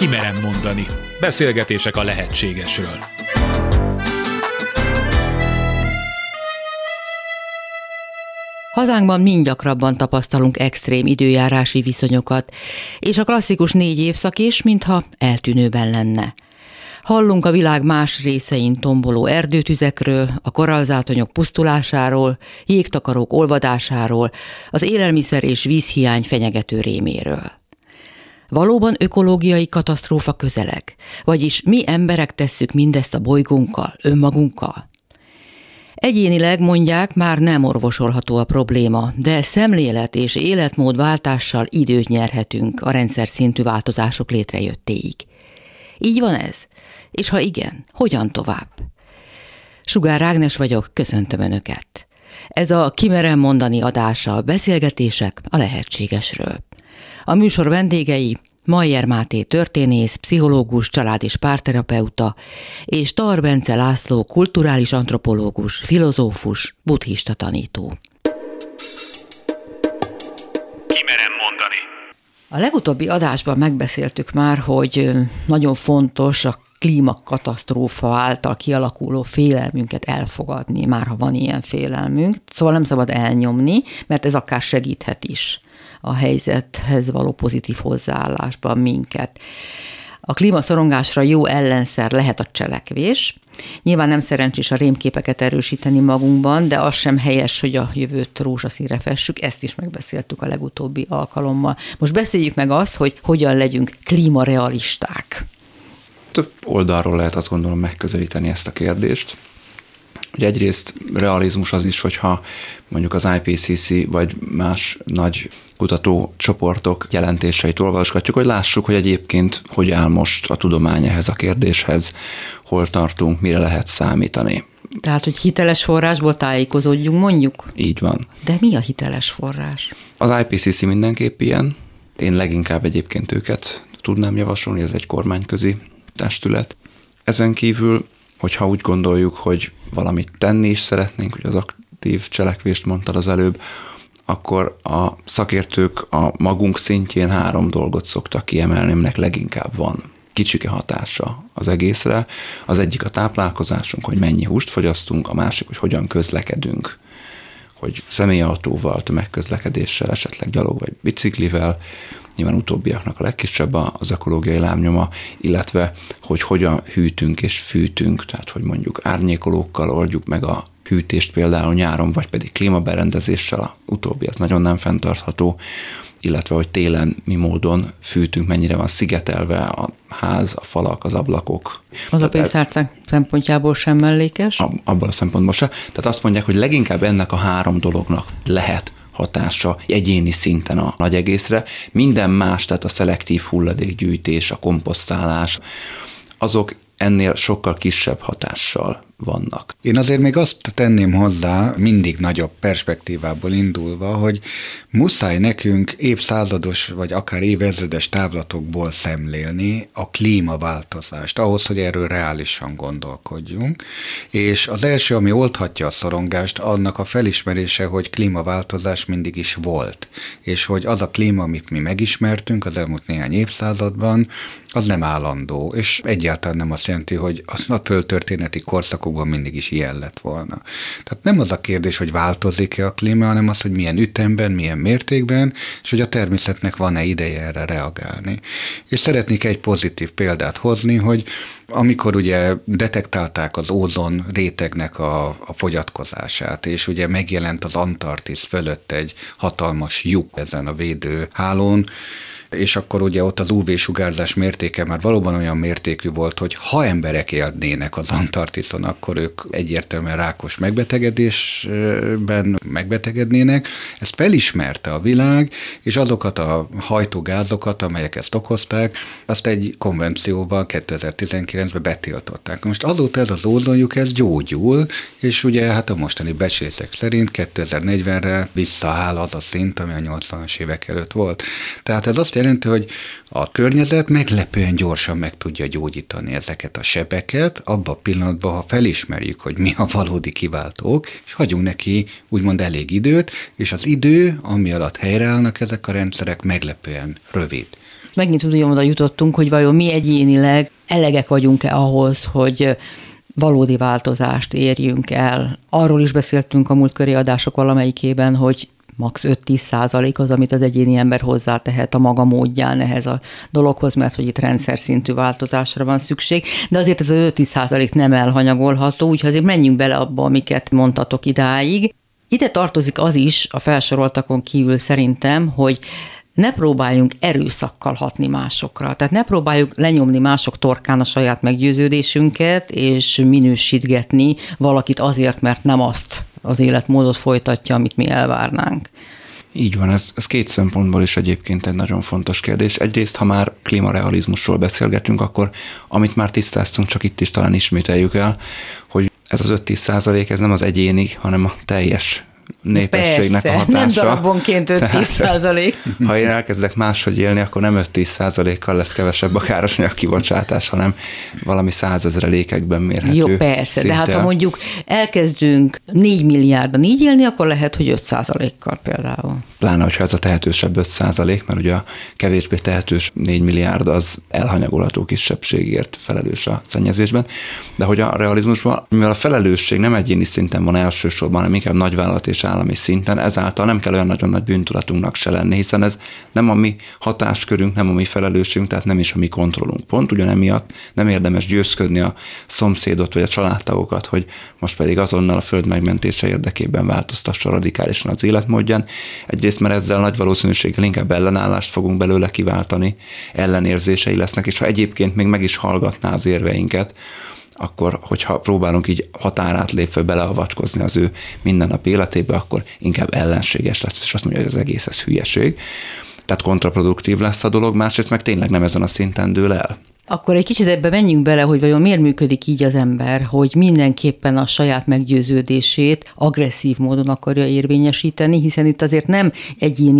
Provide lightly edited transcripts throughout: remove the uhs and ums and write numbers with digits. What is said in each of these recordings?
Ki merem mondani. Beszélgetések a lehetségesről. Hazánkban mind gyakrabban tapasztalunk extrém időjárási viszonyokat, és a klasszikus 4 évszak is, mintha eltűnőben lenne. Hallunk a világ más részein tomboló erdőtüzekről, a korallzátonyok pusztulásáról, jégtakarók olvadásáról, az élelmiszer és vízhiány fenyegető réméről. Valóban ökológiai katasztrófa közeleg? Vagyis mi emberek tesszük mindezt a bolygónkkal, önmagunkkal? Egyénileg mondják, már nem orvosolható a probléma, de szemlélet és életmódváltással időt nyerhetünk a rendszer szintű változások létrejöttéig. Így van ez? És ha igen, hogyan tovább? Sugár Ágnes vagyok, köszöntöm Önöket. Ez a Ki merem mondani adása, beszélgetések a lehetségesről. A műsor vendégei Mayer Máté történész, pszichológus, család- és párterapeuta, és Tar Bence László kulturális antropológus, filozófus, buddhista tanító. Ki merem mondani. A legutóbbi adásban megbeszéltük már, hogy nagyon fontos a klímakatasztrófa által kialakuló félelmünket elfogadni, már ha van ilyen félelmünk. Szóval nem szabad elnyomni, mert ez akár segíthet is a helyzethez való pozitív hozzáállásban minket. A klímaszorongásra jó ellenszer lehet a cselekvés. Nyilván nem szerencsés a rémképeket erősíteni magunkban, de az sem helyes, hogy a jövőt rózsaszínre fessük. Ezt is megbeszéltük a legutóbbi alkalommal. Most beszéljük meg azt, hogy hogyan legyünk klímarealisták. Több oldalról lehet, azt gondolom, megközelíteni ezt a kérdést. Ugye egyrészt realizmus az is, hogyha mondjuk az IPCC vagy más nagy kutatócsoportok jelentéseit olvasgatjuk, hogy lássuk, hogy egyébként hogy áll most a tudomány ehhez a kérdéshez, hol tartunk, mire lehet számítani. Tehát, hogy hiteles forrásból tájékozódjunk, mondjuk? Így van. De mi a hiteles forrás? Az IPCC mindenképp ilyen. Én leginkább egyébként őket tudnám javasolni, ez egy kormányközi testület. Ezen kívül, hogyha úgy gondoljuk, hogy valamit tenni is szeretnénk, hogy az aktív cselekvést mondtad az előbb, akkor a szakértők a magunk szintjén 3 dolgot szoktak kiemelni, aminek leginkább van kicsike hatása az egészre. Az egyik a táplálkozásunk, hogy mennyi húst fogyasztunk, a másik, hogy hogyan közlekedünk, hogy személyautóval, tömegközlekedéssel, esetleg gyalog vagy biciklivel, nyilván utóbbiaknak a legkisebb az ökológiai lábnyoma, illetve hogy hogyan hűtünk és fűtünk, tehát hogy mondjuk árnyékolókkal oldjuk meg a hűtést például nyáron, vagy pedig klímaberendezéssel, a utóbbi az nagyon nem fenntartható, illetve hogy télen mi módon fűtünk, mennyire van szigetelve a ház, a falak, az ablakok. Az a pénztárcák szempontjából sem mellékes? Abban a szempontból sem. Tehát azt mondják, hogy leginkább ennek a 3 dolognak lehet hatása egyéni szinten a nagy egészre. Minden más, tehát a szelektív hulladékgyűjtés, a komposztálás, azok ennél sokkal kisebb hatással vannak. Én azért még azt tenném hozzá, mindig nagyobb perspektívából indulva, hogy muszáj nekünk évszázados vagy akár évezredes távlatokból szemlélni a klímaváltozást, ahhoz, hogy erről reálisan gondolkodjunk. És az első, ami oldhatja a szorongást, annak a felismerése, hogy klímaváltozás mindig is volt, és hogy az a klíma, amit mi megismertünk az elmúlt néhány évszázadban, az nem állandó, és egyáltalán nem azt jelenti, hogy a földtörténeti korszakokban mindig is ilyen lett volna. Tehát nem az a kérdés, hogy változik-e a klíma, hanem az, hogy milyen ütemben, milyen mértékben, és hogy a természetnek van-e ideje erre reagálni. És szeretnék egy pozitív példát hozni, hogy amikor ugye detektálták az ózon rétegnek a fogyatkozását, és ugye megjelent az Antarktisz fölött egy hatalmas lyuk ezen a védőhálón, és akkor ugye ott az UV-sugárzás mértéke már valóban olyan mértékű volt, hogy ha emberek élnének az Antarktiszon, akkor ők egyértelműen rákos megbetegedésben megbetegednének. Ezt felismerte a világ, és azokat a hajtógázokat, amelyek ezt okozták, azt egy konvencióval 2019-ben betiltották. Most azóta ez az ózonlyuk, ez gyógyul, és ugye hát a mostani becslések szerint 2040-re visszaáll az a szint, ami a 80-as évek előtt volt. Tehát ez azt jelenti, hogy a környezet meglepően gyorsan meg tudja gyógyítani ezeket a sebeket, abban a pillanatban, ha felismerjük, hogy mi a valódi kiváltók, és hagyunk neki úgymond elég időt, és az idő, ami alatt helyreállnak ezek a rendszerek, meglepően rövid. Megint ugyanoda jutottunk, hogy vajon mi egyénileg elegek vagyunk-e ahhoz, hogy valódi változást érjünk el. Arról is beszéltünk a múltkori adások valamelyikében, hogy max. 5-10% az, amit az egyéni ember hozzátehet a maga módján ehhez a dologhoz, mert hogy itt rendszer szintű változásra van szükség, de azért ez az 5-10% nem elhanyagolható, úgyhogy azért menjünk bele abba, amiket mondtatok idáig. Ide tartozik az is, a felsoroltakon kívül szerintem, hogy ne próbáljunk erőszakkal hatni másokra. Tehát ne próbáljuk lenyomni mások torkán a saját meggyőződésünket, és minősítgetni valakit azért, mert nem azt az életmódot folytatja, amit mi elvárnánk. Így van, ez két szempontból is egyébként egy nagyon fontos kérdés. Egyrészt, ha már klímarealizmusról beszélgetünk, akkor amit már tisztáztunk, csak itt is talán ismételjük el, hogy ez az 5-10% ez nem az egyéni, hanem a teljes népességnek persze, a hatása. nem darabonként 5-10%. Ha én elkezdek máshogy élni, akkor nem 5-10%-kal lesz kevesebb a károsanyag kibocsátás, hanem valami 100 000-ekben mérhető. Jó, persze, szinttel. de hát ha mondjuk elkezdünk 4 milliárdan így élni, akkor lehet, hogy 5%-kal például. Pláne, hogyha ez a tehetősebb 5%, mert ugye a kevésbé tehetős 4 milliárd az elhanyagolható kisebbségért felelős a szennyezésben. De hogy a realizmusban, mivel a felelősség nem egyéni szinten van elsősorban, hanem inkább nagyvállalat és állami szinten, ezáltal nem kell olyan nagyon nagy bűntudatunknak se lenni, hiszen ez nem a mi hatáskörünk, nem a mi felelősségünk, tehát nem is a mi kontrollunk. Pont ugyanemiatt nem érdemes győzködni a szomszédot vagy a családtagokat, hogy most pedig azonnal a föld megmentése érdekében változtassa radikálisan az életmódján. Egyrészt, mert ezzel nagy valószínűséggel inkább ellenállást fogunk belőle kiváltani, ellenérzései lesznek, és ha egyébként még meg is hallgatná az érveinket, akkor, hogyha próbálunk így határát lépve beleavatkozni az ő mindennapi életébe, akkor inkább ellenséges lesz, és azt mondja, hogy az egész ez hülyeség. Tehát kontraproduktív lesz a dolog, másrészt meg tényleg nem ezen a szinten dől el. Akkor egy kicsit ebbe menjünk bele, hogy vajon miért működik így az ember, hogy mindenképpen a saját meggyőződését agresszív módon akarja érvényesíteni, hiszen itt azért nem egyéni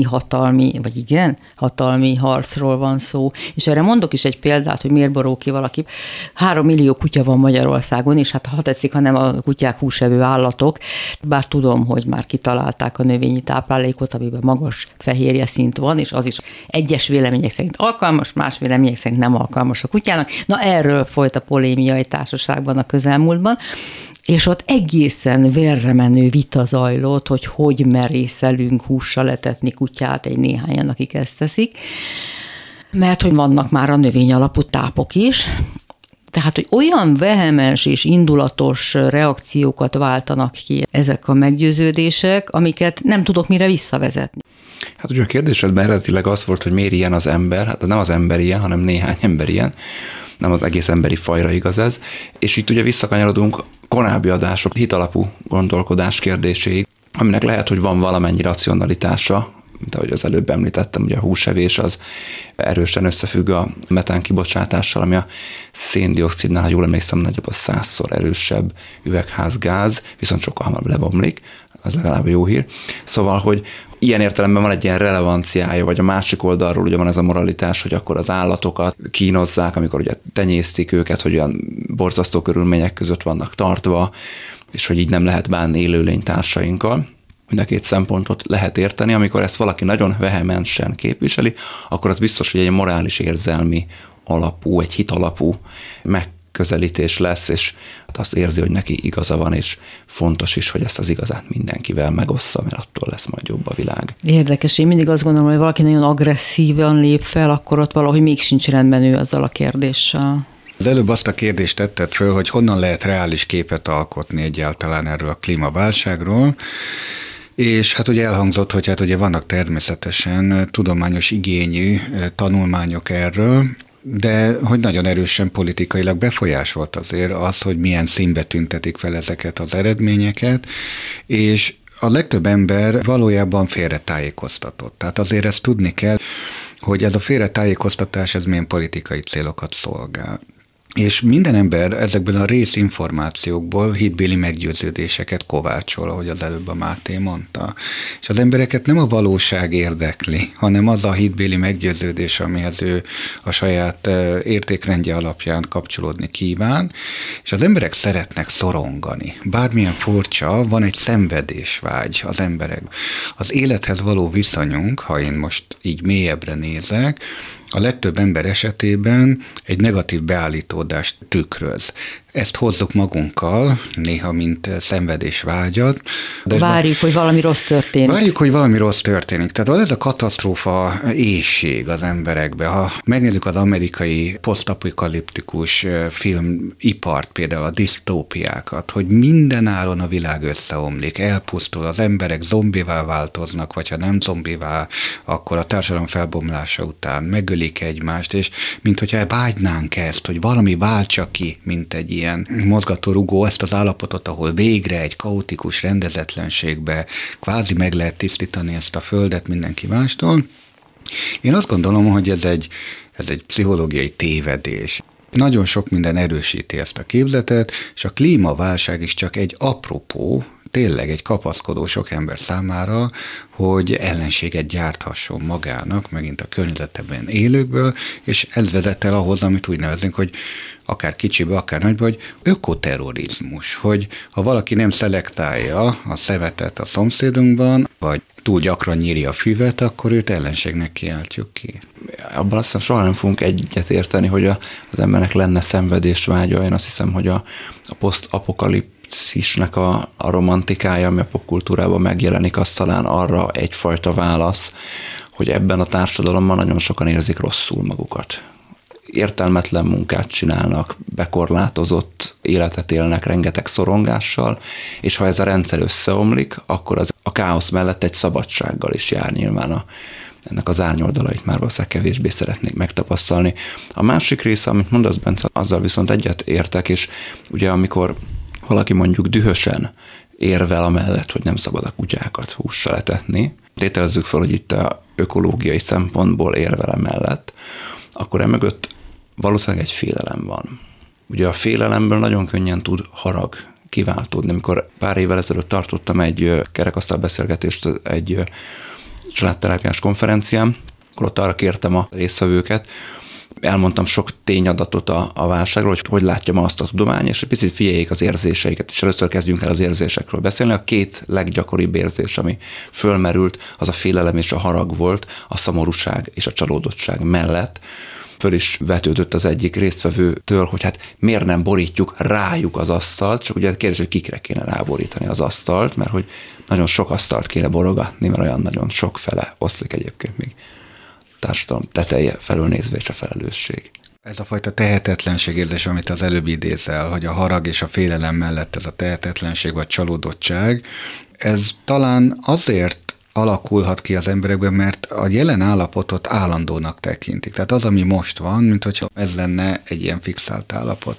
hatalmi harcról van szó. És erre mondok is egy példát, hogy miért borul ki valaki. 3 millió kutya van Magyarországon, és hát ha tetszik, hanem a kutyák húsevő állatok, bár tudom, hogy már kitalálták a növényi táplálékot, amiben magas fehérje szint van, és az is egyes vélemények szerint alkalmas, más vélemények szerint nem alkalmas a kutyának. Na erről folyt a polémia egy társaságban a közelmúltban, és ott egészen vérre menő vita zajlott, hogy merészelünk hússal etetni kutyát, egy néhányan, akik ezt teszik, mert hogy vannak már a növény alapú tápok is. Tehát, hogy olyan vehemens és indulatos reakciókat váltanak ki ezek a meggyőződések, amiket nem tudok mire visszavezetni. Hát ugye a kérdésedben eredetileg az volt, hogy miért ilyen az ember, hát nem az ember ilyen, hanem néhány ember ilyen, nem az egész emberi fajra igaz ez, és itt ugye visszakanyarodunk korábbi adások hitalapú gondolkodás kérdéséig, aminek lehet, hogy van valamennyi racionalitása, mint ahogy az előbb említettem, ugye a húsevés az erősen összefügg a metán kibocsátással, ami a széndioxidnál, ha jól emlékszem, nagyobb, az 100-szor erősebb üvegházgáz, viszont sokkal hamarabb lebomlik, az legalább jó hír. Szóval, hogy ilyen értelemben van egy ilyen relevanciája, vagy a másik oldalról ugye van ez a moralitás, hogy akkor az állatokat kínozzák, amikor ugye tenyésztik őket, hogy olyan borzasztó körülmények között vannak tartva, és hogy így nem lehet bánni élőlénytársainkkal. Mind a két szempontot lehet érteni, amikor ezt valaki nagyon vehemensen képviseli, akkor az biztos, hogy egy morális érzelmi alapú, egy hitalapú megközelítés lesz, és azt érzi, hogy neki igaza van, és fontos is, hogy ezt az igazát mindenkivel megossza, mert attól lesz majd jobb a világ. Érdekes, én mindig azt gondolom, hogy valaki nagyon agresszívan lép fel, akkor ott valahogy még sincs rendben ő azzal a kérdéssel. Az előbb azt a kérdést tetted föl, hogy honnan lehet reális képet alkotni egyáltalán erről a klímaválságról, és hát ugye elhangzott, hogy hát ugye vannak természetesen tudományos igényű tanulmányok erről, de hogy nagyon erősen politikailag befolyásolt azért az, hogy milyen színbe tüntetik fel ezeket az eredményeket, és a legtöbb ember valójában félretájékoztatott. Tehát azért ezt tudni kell, hogy ez a félretájékoztatás, ez milyen politikai célokat szolgál. És minden ember ezekből a részinformációkból hitbéli meggyőződéseket kovácsol, ahogy az előbb a Máté mondta. És az embereket nem a valóság érdekli, hanem az a hitbéli meggyőződés, amihez ő a saját értékrendje alapján kapcsolódni kíván, és az emberek szeretnek szorongani. Bármilyen furcsa, van egy szenvedésvágy az emberekben. Az élethez való viszonyunk, ha én most így mélyebbre nézek, a legtöbb ember esetében egy negatív beállítódást tükröz. Ezt hozzuk magunkkal, néha mint szenvedésvágyat. Várjuk, hogy valami rossz történik. Várjuk, hogy valami rossz történik. Tehát van ez a katasztrófa éhség az emberekbe. Ha megnézzük az amerikai posztapokaliptikus filmipart, például a disztópiákat, hogy mindenáron a világ összeomlik, elpusztul, az emberek zombivá változnak, vagy ha nem zombivá, akkor a társadalom felbomlása után megölik egymást, és minthogyha vágynánk ezt, hogy valami váltsa ki, mint egy ilyen mozgatórugó ezt az állapotot, ahol végre egy kaotikus rendezetlenségbe kvázi meg lehet tisztítani ezt a földet mindenki mástól. Én azt gondolom, hogy ez egy pszichológiai tévedés. Nagyon sok minden erősíti ezt a képzetet, és a klímaválság is csak egy apropó, tényleg egy kapaszkodó sok ember számára, hogy ellenséget gyárthasson magának, megint a környezetben élőkből, és ez vezet el ahhoz, amit úgy nevezünk, hogy akár kicsibe, akár nagyba, hogy ökoterrorizmus, hogy ha valaki nem szelektálja a szemetet a szomszédunkban, vagy túl gyakran nyíri a füvet, akkor őt ellenségnek kiáltjuk ki. Abban azt hiszem soha nem fogunk egyet érteni, hogy az embernek lenne szenvedésvágya. Én azt hiszem, hogy a posztapokalipszisnek a romantikája, ami a popkultúrában megjelenik, az talán arra egyfajta válasz, hogy ebben a társadalomban nagyon sokan érzik rosszul magukat. Értelmetlen munkát csinálnak, bekorlátozott életet élnek rengeteg szorongással, és ha ez a rendszer összeomlik, akkor az a káosz mellett egy szabadsággal is jár nyilván. Ennek az árnyoldalait már valószínűleg kevésbé szeretnék megtapasztalni. A másik része, amit mondasz, Bence, azzal viszont egyet értek, és ugye amikor valaki mondjuk dühösen érvel amellett, hogy nem szabad a kutyákat hússal etetni, tételezzük fel, hogy itt a ökológiai szempontból érvel emellett, akkor emögött valószínűleg egy félelem van. Ugye a félelemből nagyon könnyen tud harag kiváltódni. Amikor pár évvel ezelőtt tartottam egy kerekasztal beszélgetést egy családterápiás konferencián, akkor ott arra kértem a résztvevőket, elmondtam sok tényadatot a válságról, hogy látja ma azt a tudomány, és egy picit figyeljék az érzéseiket, és először kezdjünk el az érzésekről beszélni. A két leggyakoribb érzés, ami fölmerült, az a félelem és a harag volt, a szomorúság és a csalódottság mellett. Föl is vetődött az egyik résztvevőtől, hogy hát miért nem borítjuk rájuk az asztalt, csak ugye kérdés, hogy kikre kéne ráborítani az asztalt, mert hogy nagyon sok asztalt kéne borogatni, mert olyan nagyon sok fele oszlik egyébként még társadalom teteje felől nézve és a felelősség. Ez a fajta tehetetlenség érzés, amit az előbb idézel, hogy a harag és a félelem mellett ez a tehetetlenség vagy csalódottság, ez talán azért alakulhat ki az emberekben, mert a jelen állapotot állandónak tekintik. Tehát az, ami most van, mint hogyha ez lenne egy ilyen fixált állapot.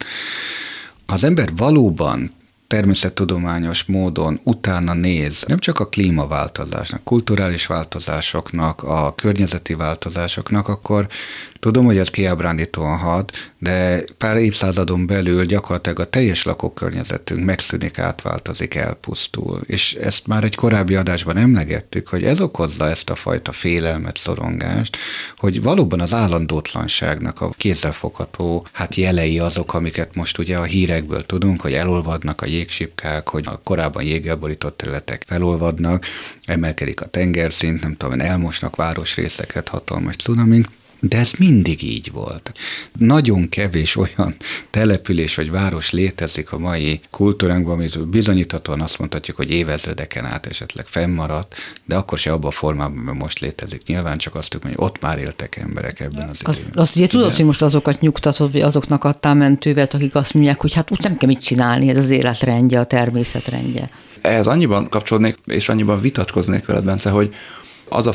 Ha az ember valóban természettudományos módon utána néz, nem csak a klímaváltozásnak, kulturális változásoknak, a környezeti változásoknak, akkor tudom, hogy ez kiábrándítóan hat, de pár évszázadon belül gyakorlatilag a teljes lakókörnyezetünk megszűnik, átváltozik, elpusztul. És ezt már egy korábbi adásban emlegettük, hogy ez okozza ezt a fajta félelmet, szorongást, hogy valóban az állandótlanságnak a kézzelfogható jelei azok, amiket most ugye a hírekből tudunk, hogy elolvadnak a jégsipkák, hogy a korábban jéggel borított területek felolvadnak, emelkedik a tengerszint, nem tudom, elmosnak városrészeket, hatalmas cunamik. De ez mindig így volt. Nagyon kevés olyan település vagy város létezik a mai kultúránkban, amit bizonyíthatóan azt mondhatjuk, hogy évezredeken át esetleg fennmaradt, de akkor se abban a formában, mert most létezik. Nyilván csak azt tudjuk, hogy ott már éltek emberek ebben az időben. Azt ugye tudod, hogy most azokat nyugtatod, vagy azoknak adtál mentővet, akik azt mondják, hogy hát úgy nem kell mit csinálni, ez az életrendje, a természetrendje. Ehhez annyiban kapcsolódnék, és annyiban vitatkoznék veled, Bence, hogy az a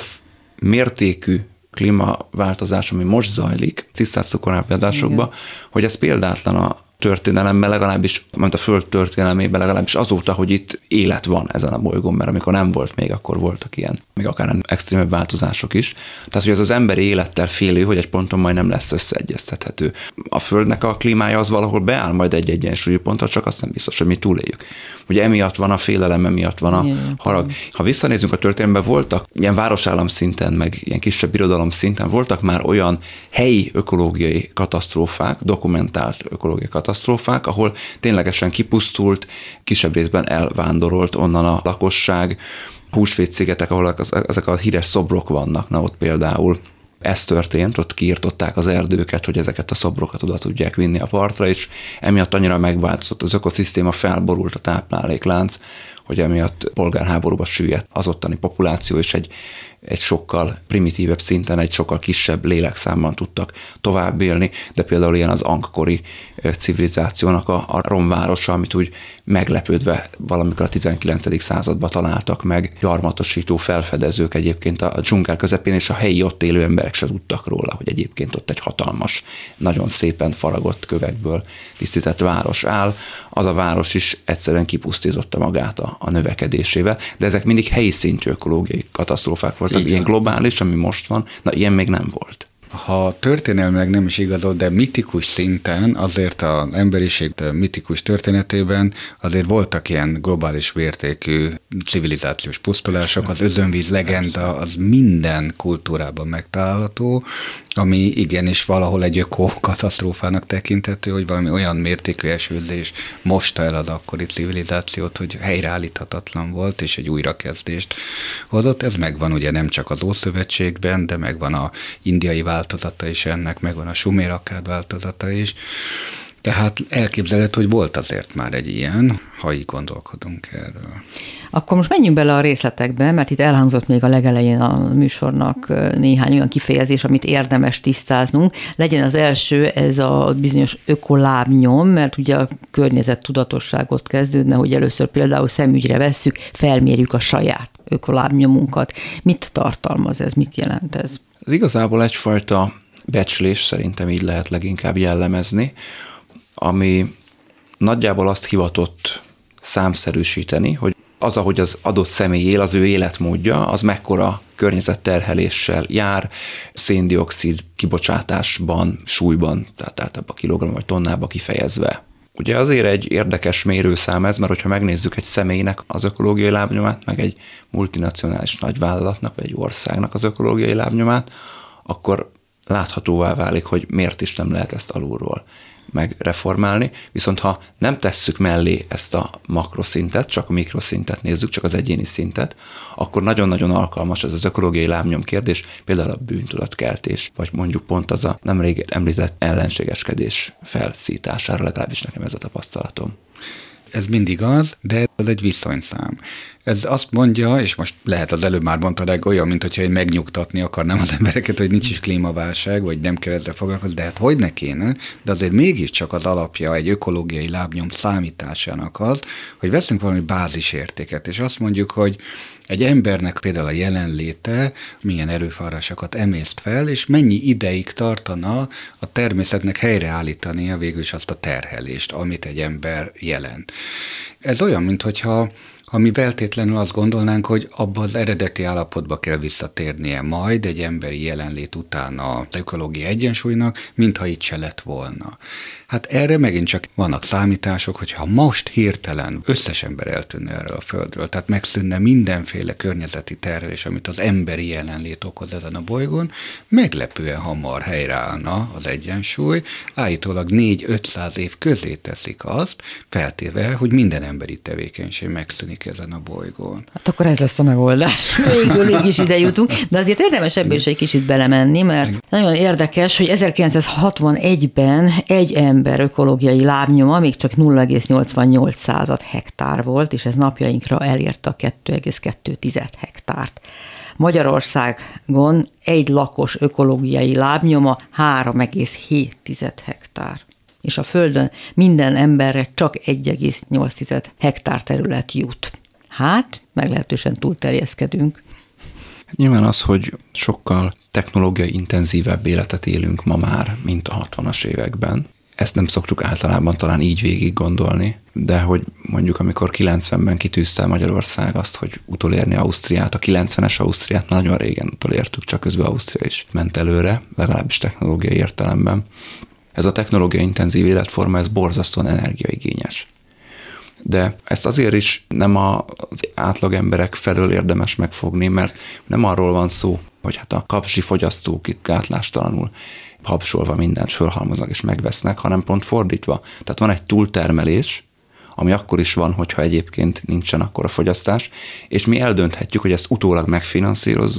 mértékű klímaváltozás, ami most zajlik, tisztáztuk korábbi adásokban, hogy ez példátlan a történelemben, legalábbis, mint a Föld történelmében, legalábbis azóta, hogy itt élet van ezen a bolygón, mert amikor nem volt még, akkor voltak ilyen, még akár extrémebb változások is. Tehát, hogy ez az emberi élettel félő, hogy egy ponton majd nem lesz összeegyeztethető. A Földnek a klímája az valahol beáll majd egy egyensúlyi pontra, csak azt nem biztos, hogy mi túléljük. Ugye emiatt van a félelem, emiatt van a harag. Ha visszanézünk a történelemben, voltak ilyen városállam szinten, meg ilyen kisebb irodalom szinten, voltak már olyan helyi ökológiai katasztrófák, dokumentált ökológiai katasztrófák, ahol ténylegesen kipusztult, kisebb részben elvándorolt onnan a lakosság, Húsvét-szigetek, ahol ezek a híres szobrok vannak, na ott például Ez történt, ott kiirtották az erdőket, hogy ezeket a szobrokat oda tudják vinni a partra, és emiatt annyira megváltozott az ökoszisztéma, felborult a tápláléklánc, hogy emiatt polgárháborúba süllyedt az ottani populáció, és egy sokkal primitívebb szinten, egy sokkal kisebb lélekszámban tudtak tovább élni, de például ilyen az angkori civilizációnak a romvárosa, amit úgy meglepődve valamikor a 19. században találtak meg gyarmatosító felfedezők egyébként a dzsungel közepén, és a helyi ott élő emberek se tudtak róla, hogy egyébként ott egy hatalmas, nagyon szépen faragott kövekből tisztített város áll. Az a város is egyszerűen kipusztította magát a növekedésével, de ezek mindig helyi szintű ökológiai katasztrófák voltak, ilyen globális, ami most van, na ilyen még nem volt. Ha történelmileg nem is igazol, de mitikus szinten azért az emberiség mitikus történetében azért voltak ilyen globális mértékű civilizációs pusztulások, az özönvíz legenda az minden kultúrában megtalálható, ami igenis valahol egy ökokatasztrófának tekinthető, hogy valami olyan mértékű esőzés mosta el az akkori civilizációt, hogy helyreállíthatatlan volt, és egy újrakezdést hozott. Ez megvan ugye nem csak az Ószövetségben, de megvan a indiai változata is ennek, megvan a sumér-akkád változata is. Tehát elképzelhető, hogy volt azért már egy ilyen, ha így gondolkodunk erről. Akkor most menjünk bele a részletekbe, mert itt elhangzott még a legelején a műsornak néhány olyan kifejezés, amit érdemes tisztáznunk. Legyen az első ez a bizonyos ökolábnyom, mert ugye a környezet tudatosságot kezdődne, hogy először például szemügyre vesszük, felmérjük a saját ökolábnyomunkat. Mit tartalmaz ez, mit jelent ez? Ez igazából egyfajta becslés, szerintem így lehet leginkább jellemezni, ami nagyjából azt hivatott számszerűsíteni, hogy az, ahogy az adott személy él, az ő életmódja, az mekkora környezetterheléssel jár, széndioxid kibocsátásban, súlyban, tehát általában kilogramm vagy tonnába kifejezve. Ugye azért egy érdekes mérőszám ez, mert hogyha megnézzük egy személynek az ökológiai lábnyomát, meg egy multinacionális nagyvállalatnak, vagy egy országnak az ökológiai lábnyomát, akkor láthatóvá válik, hogy miért is nem lehet ezt alulról megreformálni, viszont ha nem tesszük mellé ezt a makroszintet, csak a mikroszintet nézzük, csak az egyéni szintet, akkor nagyon-nagyon alkalmas ez az ökológiai lábnyom kérdés, például a bűntudatkeltés, vagy mondjuk pont az a nemrég említett ellenségeskedés felszítására, legalábbis nekem ez a tapasztalatom. Ez mindig az, de ez egy viszonyszám. Ez azt mondja, és most lehet az előbb már mondtad, olyan, mint hogyha én megnyugtatni akarnám az embereket, hogy nincs is klímaválság, vagy nem kell ezzel foglalkozni, de hát hogy ne kéne, de azért mégiscsak az alapja egy ökológiai lábnyom számításának az, hogy veszünk valami bázisértéket, és azt mondjuk, hogy egy embernek például a jelenléte milyen erőforrásokat emészt fel, és mennyi ideig tartana a természetnek helyreállítania végül is azt a terhelést, amit egy ember jelent. Ez olyan, minthogyha mi feltétlenül azt gondolnánk, hogy abba az eredeti állapotba kell visszatérnie majd egy emberi jelenlét után az ökológiai egyensúlynak, mintha itt se lett volna. Hát erre megint csak vannak számítások, hogyha most hirtelen összes ember eltűnne erről a földről, tehát megszűnne mindenféle környezeti terhelés, amit az emberi jelenlét okoz ezen a bolygón, meglepően hamar helyreállna az egyensúly, állítólag 4-500 év közé teszik azt, feltéve, hogy minden emberi tevékenység megszűnik ezen a bolygón. Hát akkor ez lesz a megoldás. Végül is ide jutunk, de azért érdemes ebből is egy kicsit belemenni, mert nagyon érdekes, hogy 1961-ben egy ember ökológiai lábnyoma még csak 0,88 hektár volt, és ez napjainkra elérte a 2,2 hektárt. Magyarországon egy lakos ökológiai lábnyoma 3,7 hektár. És a Földön minden emberre csak 1,8 hektár terület jut. Hát, meglehetősen túlterjeszkedünk. Nyilván az, hogy sokkal technológiai intenzívebb életet élünk ma már, mint a 60-as években. Ezt nem szoktuk általában talán így végig gondolni, de hogy mondjuk amikor 90-ben kitűzte Magyarország azt, hogy utolérni Ausztriát, a 90-es Ausztriát nagyon régen utolértük, csak közben Ausztria is ment előre, legalábbis technológiai értelemben. Ez a technológia intenzív életforma, ez borzasztóan energiaigényes. De ezt azért is nem az átlag emberek felől érdemes megfogni, mert nem arról van szó, hogy hát a kapzsi fogyasztók itt gátlástalanul habsolva mindent fölhalmoznak és megvesznek, hanem pont fordítva. Tehát van egy túltermelés, ami akkor is van, hogyha egyébként nincsen akkora fogyasztás, és mi eldönthetjük, hogy ezt utólag megfinanszírozzuk-e,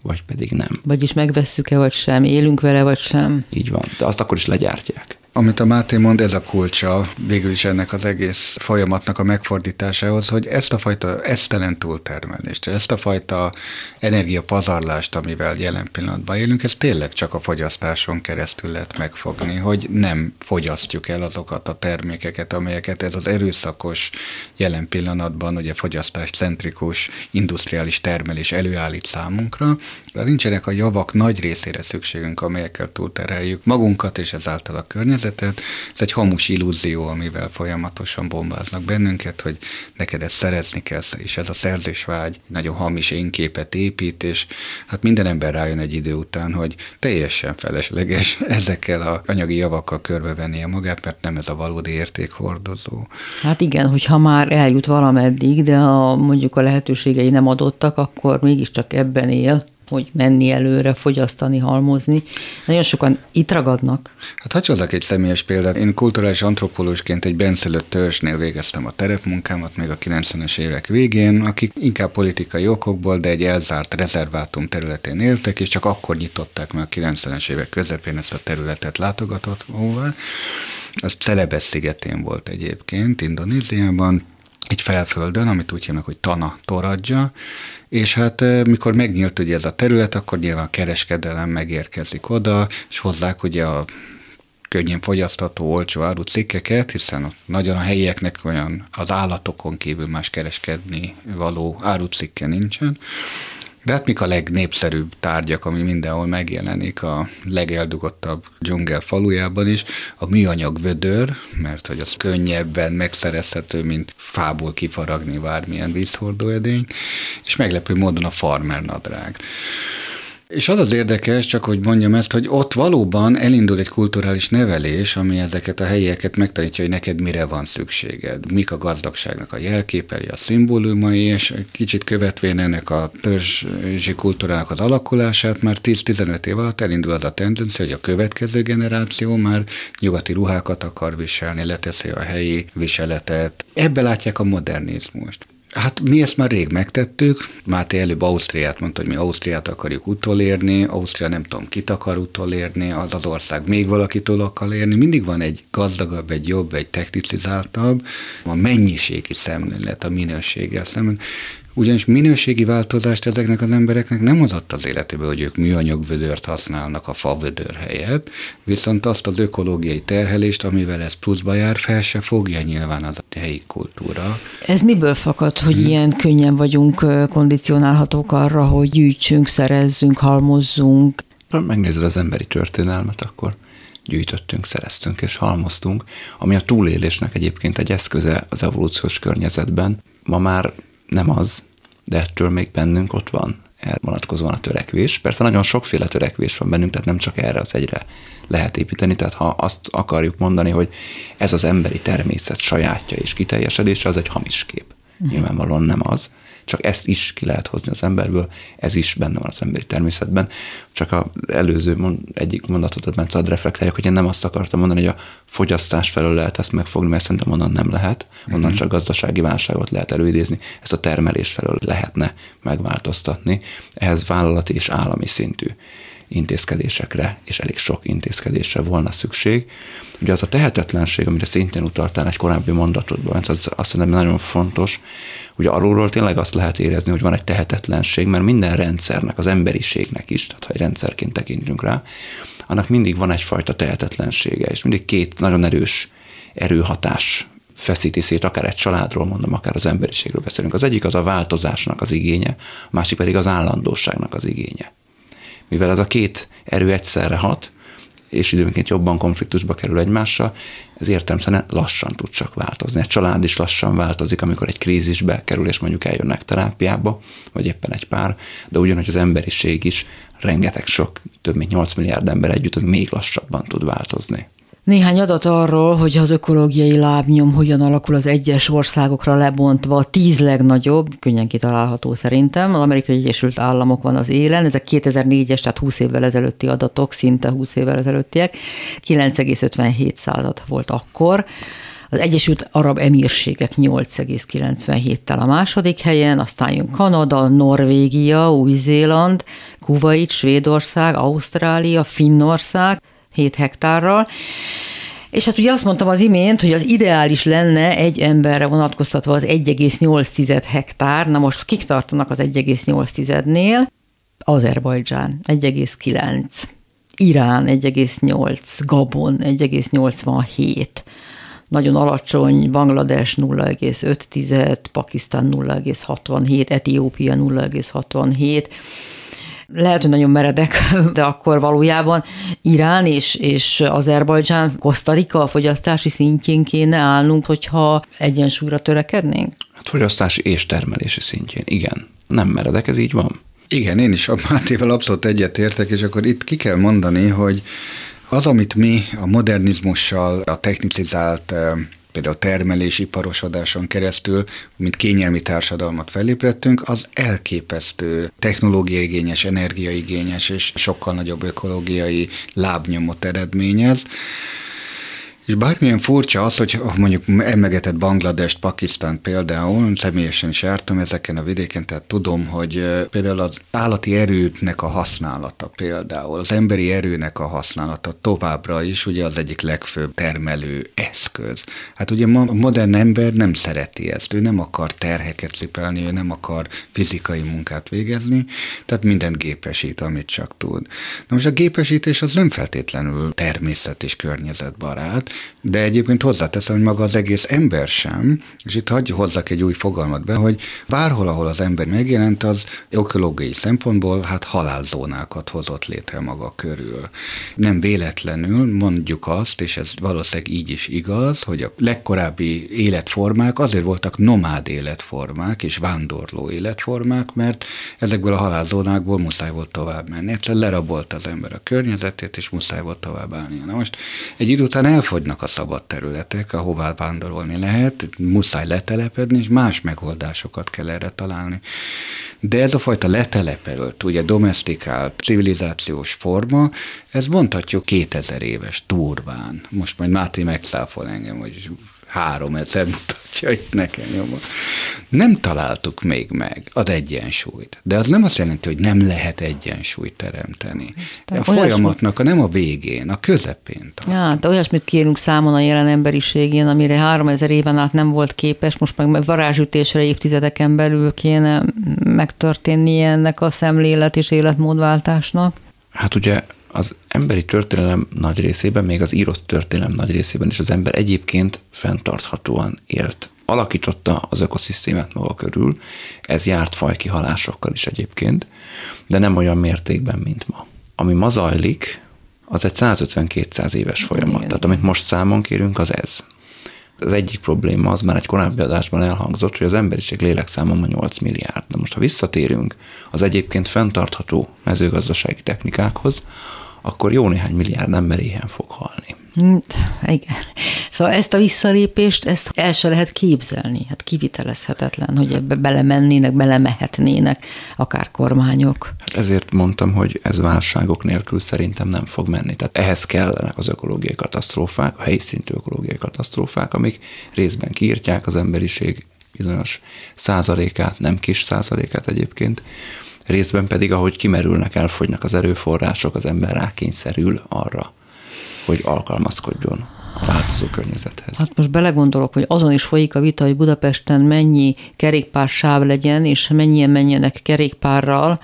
vagy pedig nem. Vagyis megvesszük-e, vagy sem, élünk vele, vagy sem. Így van, de azt akkor is legyártják. Amit a Máté mond, ez a kulcsa végül is ennek az egész folyamatnak a megfordításához, hogy ezt a fajta esztelen túltermelést, ezt a fajta energiapazarlást, amivel jelen pillanatban élünk, ez tényleg csak a fogyasztáson keresztül lehet megfogni, hogy nem fogyasztjuk el azokat a termékeket, amelyeket ez az erőszakos jelen pillanatban, ugye fogyasztáscentrikus, industriális termelés előállít számunkra. De nincsenek a javak nagy részére szükségünk, amelyekkel túlterheljük magunkat és ezáltal a környezetet. Ez egy hamus illúzió, amivel folyamatosan bombáznak bennünket, hogy neked ezt szerezni kell, és ez a szerzésvágy nagyon hamis énképet épít, és hát minden ember rájön egy idő után, hogy teljesen felesleges ezekkel az anyagi javakkal körbevennie magát, mert nem ez a valódi értékhordozó. Hát igen, hogyha már eljut valameddig, de mondjuk a lehetőségei nem adottak, akkor mégiscsak ebben él, hogy menni előre, fogyasztani, halmozni. Nagyon sokan itt ragadnak. Hát hadd hozzak egy személyes példát. Én kulturális antropológusként egy benszülött törzsnél végeztem a terepmunkámat még a 90-es évek végén, akik inkább politikai okokból, de egy elzárt rezervátum területén éltek, és csak akkor nyitották meg a 90-es évek közepén ezt a területet látogatóvá. Az Celebes szigetén volt egyébként, Indonéziában, egy felföldön, amit úgy hívnak, hogy Tanah Toraja, és hát mikor megnyílt ugye ez a terület, akkor nyilván a kereskedelem megérkezik oda, és hozzák ugye a könnyen fogyasztható, olcsó árucikkeket, hiszen ott nagyon a helyieknek olyan az állatokon kívül más kereskedni való árucikke nincsen. De hát mik a legnépszerűbb tárgyak, ami mindenhol megjelenik a legeldugottabb dzsungel falujában is, a műanyag vödör, mert hogy az könnyebben megszerezhető, mint fából kifaragni bármilyen vízhordó edény, és meglepő módon a farmer nadrág. És az az érdekes, csak hogy mondjam ezt, hogy ott valóban elindul egy kulturális nevelés, ami ezeket a helyieket megtanítja, hogy neked mire van szükséged, mik a gazdagságnak a jelképei, a szimbólumai, és kicsit követvén ennek a törzsi kultúrának az alakulását, már 10-15 év alatt elindul az a tendencia, hogy a következő generáció már nyugati ruhákat akar viselni, leteszi a helyi viseletet. Ebbe látják a modernizmust. Hát mi ezt már rég megtettük, Máté előbb Ausztriát mondta, hogy mi Ausztriát akarjuk utolérni, Ausztria nem tudom kit akar utolérni, az az ország még valakitől akar érni, mindig van egy gazdagabb, egy jobb, egy technicizáltabb, a mennyiségi szemlélet, a minőséggel szemben. Ugyanis minőségi változást ezeknek az embereknek nem hozott az életébe, hogy ők műanyag vödört használnak a favödör helyett, viszont azt az ökológiai terhelést, amivel ez pluszba jár, fel se fogja nyilván az a helyi kultúra. Ez miből fakad, hogy ilyen könnyen vagyunk kondicionálhatók arra, hogy gyűjtsünk, szerezzünk, halmozzunk? Ha megnézed az emberi történelmet, akkor gyűjtöttünk, szereztünk és halmoztunk, ami a túlélésnek egyébként egy eszköze az evolúciós környezetben. Ma már nem az, de ettől még bennünk ott van erre vonatkozóan a törekvés. Persze nagyon sokféle törekvés van bennünk, tehát nem csak erre az egyre lehet építeni, tehát ha azt akarjuk mondani, hogy ez az emberi természet sajátja és kiteljesedése, az egy hamis kép. Nyilvánvalóan nem az, csak ezt is ki lehet hozni az emberből, ez is benne van az emberi természetben. Csak az előző egyik mondatot Bence ad reflektáljuk, hogy én nem azt akartam mondani, hogy a fogyasztás felől lehet ezt megfogni, mert szerintem onnan nem lehet, onnan csak gazdasági válságot lehet előidézni, ezt a termelés felől lehetne megváltoztatni. Ehhez vállalati és állami szintű intézkedésekre, és elég sok intézkedésre volna szükség. Ugye az a tehetetlenség, amire szintén utaltál egy korábbi mondatodban, az azt szerintem nagyon fontos, ugye alulról tényleg azt lehet érezni, hogy van egy tehetetlenség, mert minden rendszernek, az emberiségnek is, tehát ha egy rendszerként tekintünk rá, annak mindig van egyfajta tehetetlensége, és mindig két nagyon erős erőhatás feszíti szét, akár egy családról mondom, akár az emberiségről beszélünk. Az egyik az a változásnak az igénye, a másik pedig az állandóságnak az igénye. Mivel ez a két erő egyszerre hat, és időnként jobban konfliktusba kerül egymással, ez értelemszerűen lassan tud csak változni. Egy család is lassan változik, amikor egy krízisbe kerül, és mondjuk eljönnek terápiába, vagy éppen egy pár, de ugyanúgy az emberiség is rengeteg sok, több mint 8 milliárd ember együtt, még lassabban tud változni. Néhány adat arról, hogy az ökológiai lábnyom hogyan alakul az egyes országokra lebontva, a 10 legnagyobb, könnyen kitalálható szerintem, az Amerikai Egyesült Államok van az élen, ezek 2004-es, tehát 20 évvel ezelőtti adatok, szinte 20 évvel ezelőttiek, 9,57% volt akkor. Az Egyesült Arab Emírségek 8,97-tel a második helyen, aztán jön Kanada, Norvégia, Új-Zéland, Kuwait, Svédország, Ausztrália, Finnország 7 hektárral. És hát ugye azt mondtam az imént, hogy az ideális lenne egy emberre vonatkoztatva az 1,8 hektár, na most kik tartanak az 1,8-nél? Azerbajdzsán 1,9, Irán 1,8, Gabon 1,87, nagyon alacsony, Banglades 0,5, Pakisztán 0,67, Etiópia 0,67, lehet, hogy nagyon meredek, de akkor valójában Irán és Azerbajdzsán, Kosztarika a fogyasztási szintjén kéne állnunk, hogyha egyensúlyra törekednénk? Hát fogyasztási és termelési szintjén, igen. Nem meredek, ez így van. Igen, én is a Mátéval abszolút egyetértek, és akkor itt ki kell mondani, hogy az, amit mi a modernizmussal, a technicizált például termelés-iparosodáson keresztül, mint kényelmi társadalmat felébredtünk, az elképesztő technológiaigényes, energiaigényes és sokkal nagyobb ökológiai lábnyomot eredményez. És bármilyen furcsa az, hogy mondjuk emlegetett Bangladest, Pakisztán például, személyesen is jártam ezeken a vidéken, tehát tudom, hogy például az állati erőnek a használata például, az emberi erőnek a használata továbbra is ugye az egyik legfőbb termelő eszköz. Hát ugye ma a modern ember nem szereti ezt, ő nem akar terheket cipelni, ő nem akar fizikai munkát végezni, tehát mindent gépesít, amit csak tud. Na most a gépesítés az nem feltétlenül természet és környezetbarát, de egyébként hozzáteszem, hogy maga az egész ember sem, és itt hagyj hozzak egy új fogalmat be, hogy bárhol, ahol az ember megjelent, az ökológiai szempontból hát halálzónákat hozott létre maga körül. Nem véletlenül mondjuk azt, és ez valószínűleg így is igaz, hogy a legkorábbi életformák azért voltak nomád életformák és vándorló életformák, mert ezekből a halálzónákból muszáj volt tovább menni. Egyszerűen lerabolt az ember a környezetét, és muszáj volt tovább állni. Na most egy idő után elfogynak a szabad területek, ahová vándorolni lehet, muszáj letelepedni, és más megoldásokat kell erre találni. De ez a fajta letelepedett, ugye domesztikált, civilizációs forma, ez mondhatjuk 2000 éves durván. Most majd Máté megszáfol engem, hogy 3000 mutatja itt nekem jobban. Nem találtuk még meg az egyensúlyt, de az nem azt jelenti, hogy nem lehet egyensúlyt teremteni. A folyamatnak nem a végén, a közepén. Ja, de olyasmit kérünk számon a jelen emberiségén, amire 3000 éven át nem volt képes, most meg varázsütésre évtizedeken belül kéne megtörténnie ennek a szemlélet és életmódváltásnak. Hát ugye az emberi történelem nagy részében, még az írott történelem nagy részében is az ember egyébként fenntarthatóan élt. Alakította az ökoszisztémát maga körül, ez járt fajkihalásokkal is egyébként, de nem olyan mértékben, mint ma. Ami ma zajlik, az egy 150-200 éves folyamat. Igen. Tehát amit most számon kérünk, az ez. Az egyik probléma az már egy korábbi adásban elhangzott, hogy az emberiség lélekszáma ma 8 milliárd. De most, ha visszatérünk az egyébként fenntartható mezőgazdasági technikákhoz, akkor jó néhány milliárd ember éhen fog halni. Igen. Szóval ezt a visszalépést, ezt el se lehet képzelni. Hát kivitelezhetetlen, hogy ebbe belemennének, belemehetnének akár kormányok. Hát ezért mondtam, hogy ez válságok nélkül szerintem nem fog menni. Tehát ehhez kellenek az ökológiai katasztrófák, a helyi szintű ökológiai katasztrófák, amik részben kiírtják az emberiség bizonyos százalékát, nem kis százalékát egyébként, részben pedig, ahogy kimerülnek, elfogynak az erőforrások, az ember rákényszerül arra, hogy alkalmazkodjon a változó környezethez. Hát most belegondolok, hogy azon is folyik a vita, hogy Budapesten mennyi kerékpársáv legyen, és mennyien menjenek kerékpárral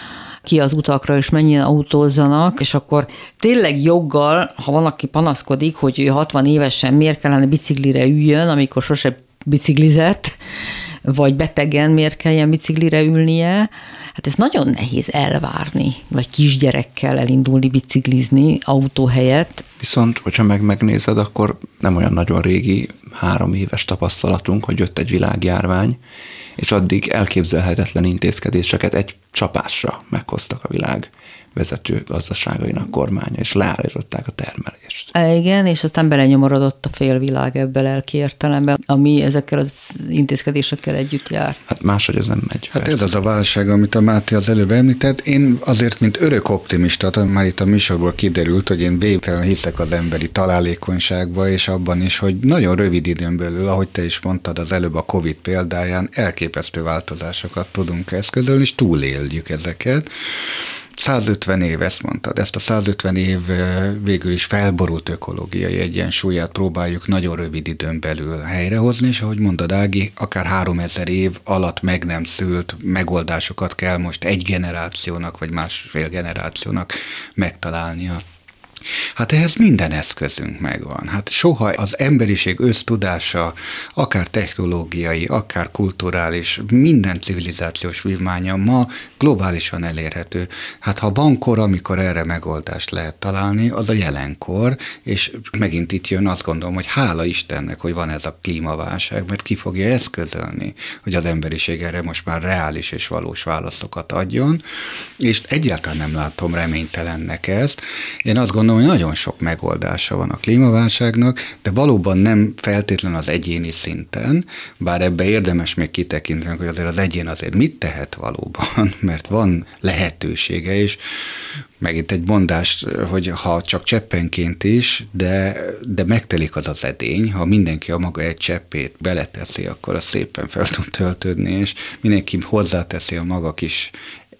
ki az utakra, és mennyien autózzanak, és akkor tényleg joggal, ha valaki panaszkodik, hogy ő 60 évesen miért kellene biciklire üljön, amikor sose biciklizett, vagy betegen miért kelljen biciklire ülnie, hát ez nagyon nehéz elvárni, vagy kisgyerekkel elindulni biciklizni autó helyett. Viszont, hogyha megnézed, akkor nem olyan nagyon régi, 3 éves tapasztalatunk, hogy jött egy világjárvány, és addig elképzelhetetlen intézkedéseket egy csapásra meghoztak a világ vezető gazdaságainak kormánya, és leállították a termelést. Igen, és aztán belenyomorodott a félvilág ebben lelki értelemben, ami ezekkel az intézkedésekkel együtt jár. Hát máshogy ez nem megy. Hát ez az a válság, amit a Máté az előbb említett. Én azért, mint örök optimista, már itt a műsorból kiderült, hogy én végtelenül hiszek az emberi találékonyságba, és abban is, hogy nagyon rövid időn belül, ahogy te is mondtad az előbb a Covid példáján, elképesztő változásokat tudunk eszközölni, és túléljük ezeket. 150 év, ezt mondtad, ezt a 150 év végül is felborult ökológiai egyensúlyát próbáljuk nagyon rövid időn belül helyrehozni, és ahogy mondtad, Ági, akár 3000 év alatt meg nem szült megoldásokat kell most egy generációnak, vagy másfél generációnak megtalálnia. Hát ehhez minden eszközünk megvan. Hát soha az emberiség össztudása, akár technológiai, akár kulturális, minden civilizációs vívmánya ma globálisan elérhető. Hát ha van kor, amikor erre megoldást lehet találni, az a jelenkor, és megint itt jön, azt gondolom, hogy hála Istennek, hogy van ez a klímaválság, mert ki fogja eszközölni, hogy az emberiség erre most már reális és valós válaszokat adjon, és egyáltalán nem látom reménytelennek ezt. Én azt gondolom, hogy nagyon sok megoldása van a klímaválságnak, de valóban nem feltétlen az egyéni szinten, bár ebbe érdemes még kitekintenünk, hogy azért az egyén azért mit tehet valóban, mert van lehetősége is, megint egy mondás, hogy ha csak cseppenként is, de megtelik az az edény, ha mindenki a maga egy cseppét beleteszi, akkor az szépen fel tud töltődni, és mindenki hozzáteszi a maga kis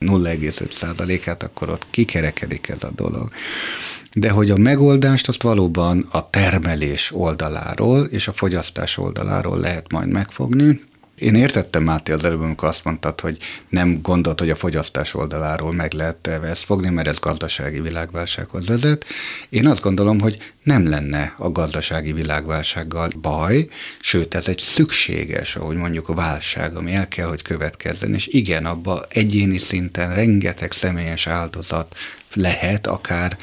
0,5%-át, akkor ott kikerekedik ez a dolog. De hogy a megoldást azt valóban a termelés oldaláról és a fogyasztás oldaláról lehet majd megfogni. Én értettem, Máté, az előbb, amikor azt mondtad, hogy nem gondolt, hogy a fogyasztás oldaláról meg lehet ezt fogni, mert ez gazdasági világválsághoz vezet. Én azt gondolom, hogy nem lenne a gazdasági világválsággal baj, sőt, ez egy szükséges, ahogy mondjuk a válság, ami el kell, hogy következzen, és igen, abban egyéni szinten rengeteg személyes áldozat lehet akár,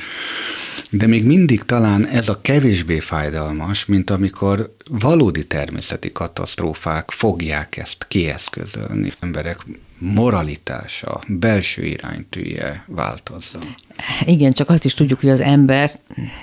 de még mindig talán ez a kevésbé fájdalmas, mint amikor valódi természeti katasztrófák fogják ezt kieszközölni. Emberek moralitása, belső iránytűje változzon. Igen, csak azt is tudjuk, hogy az ember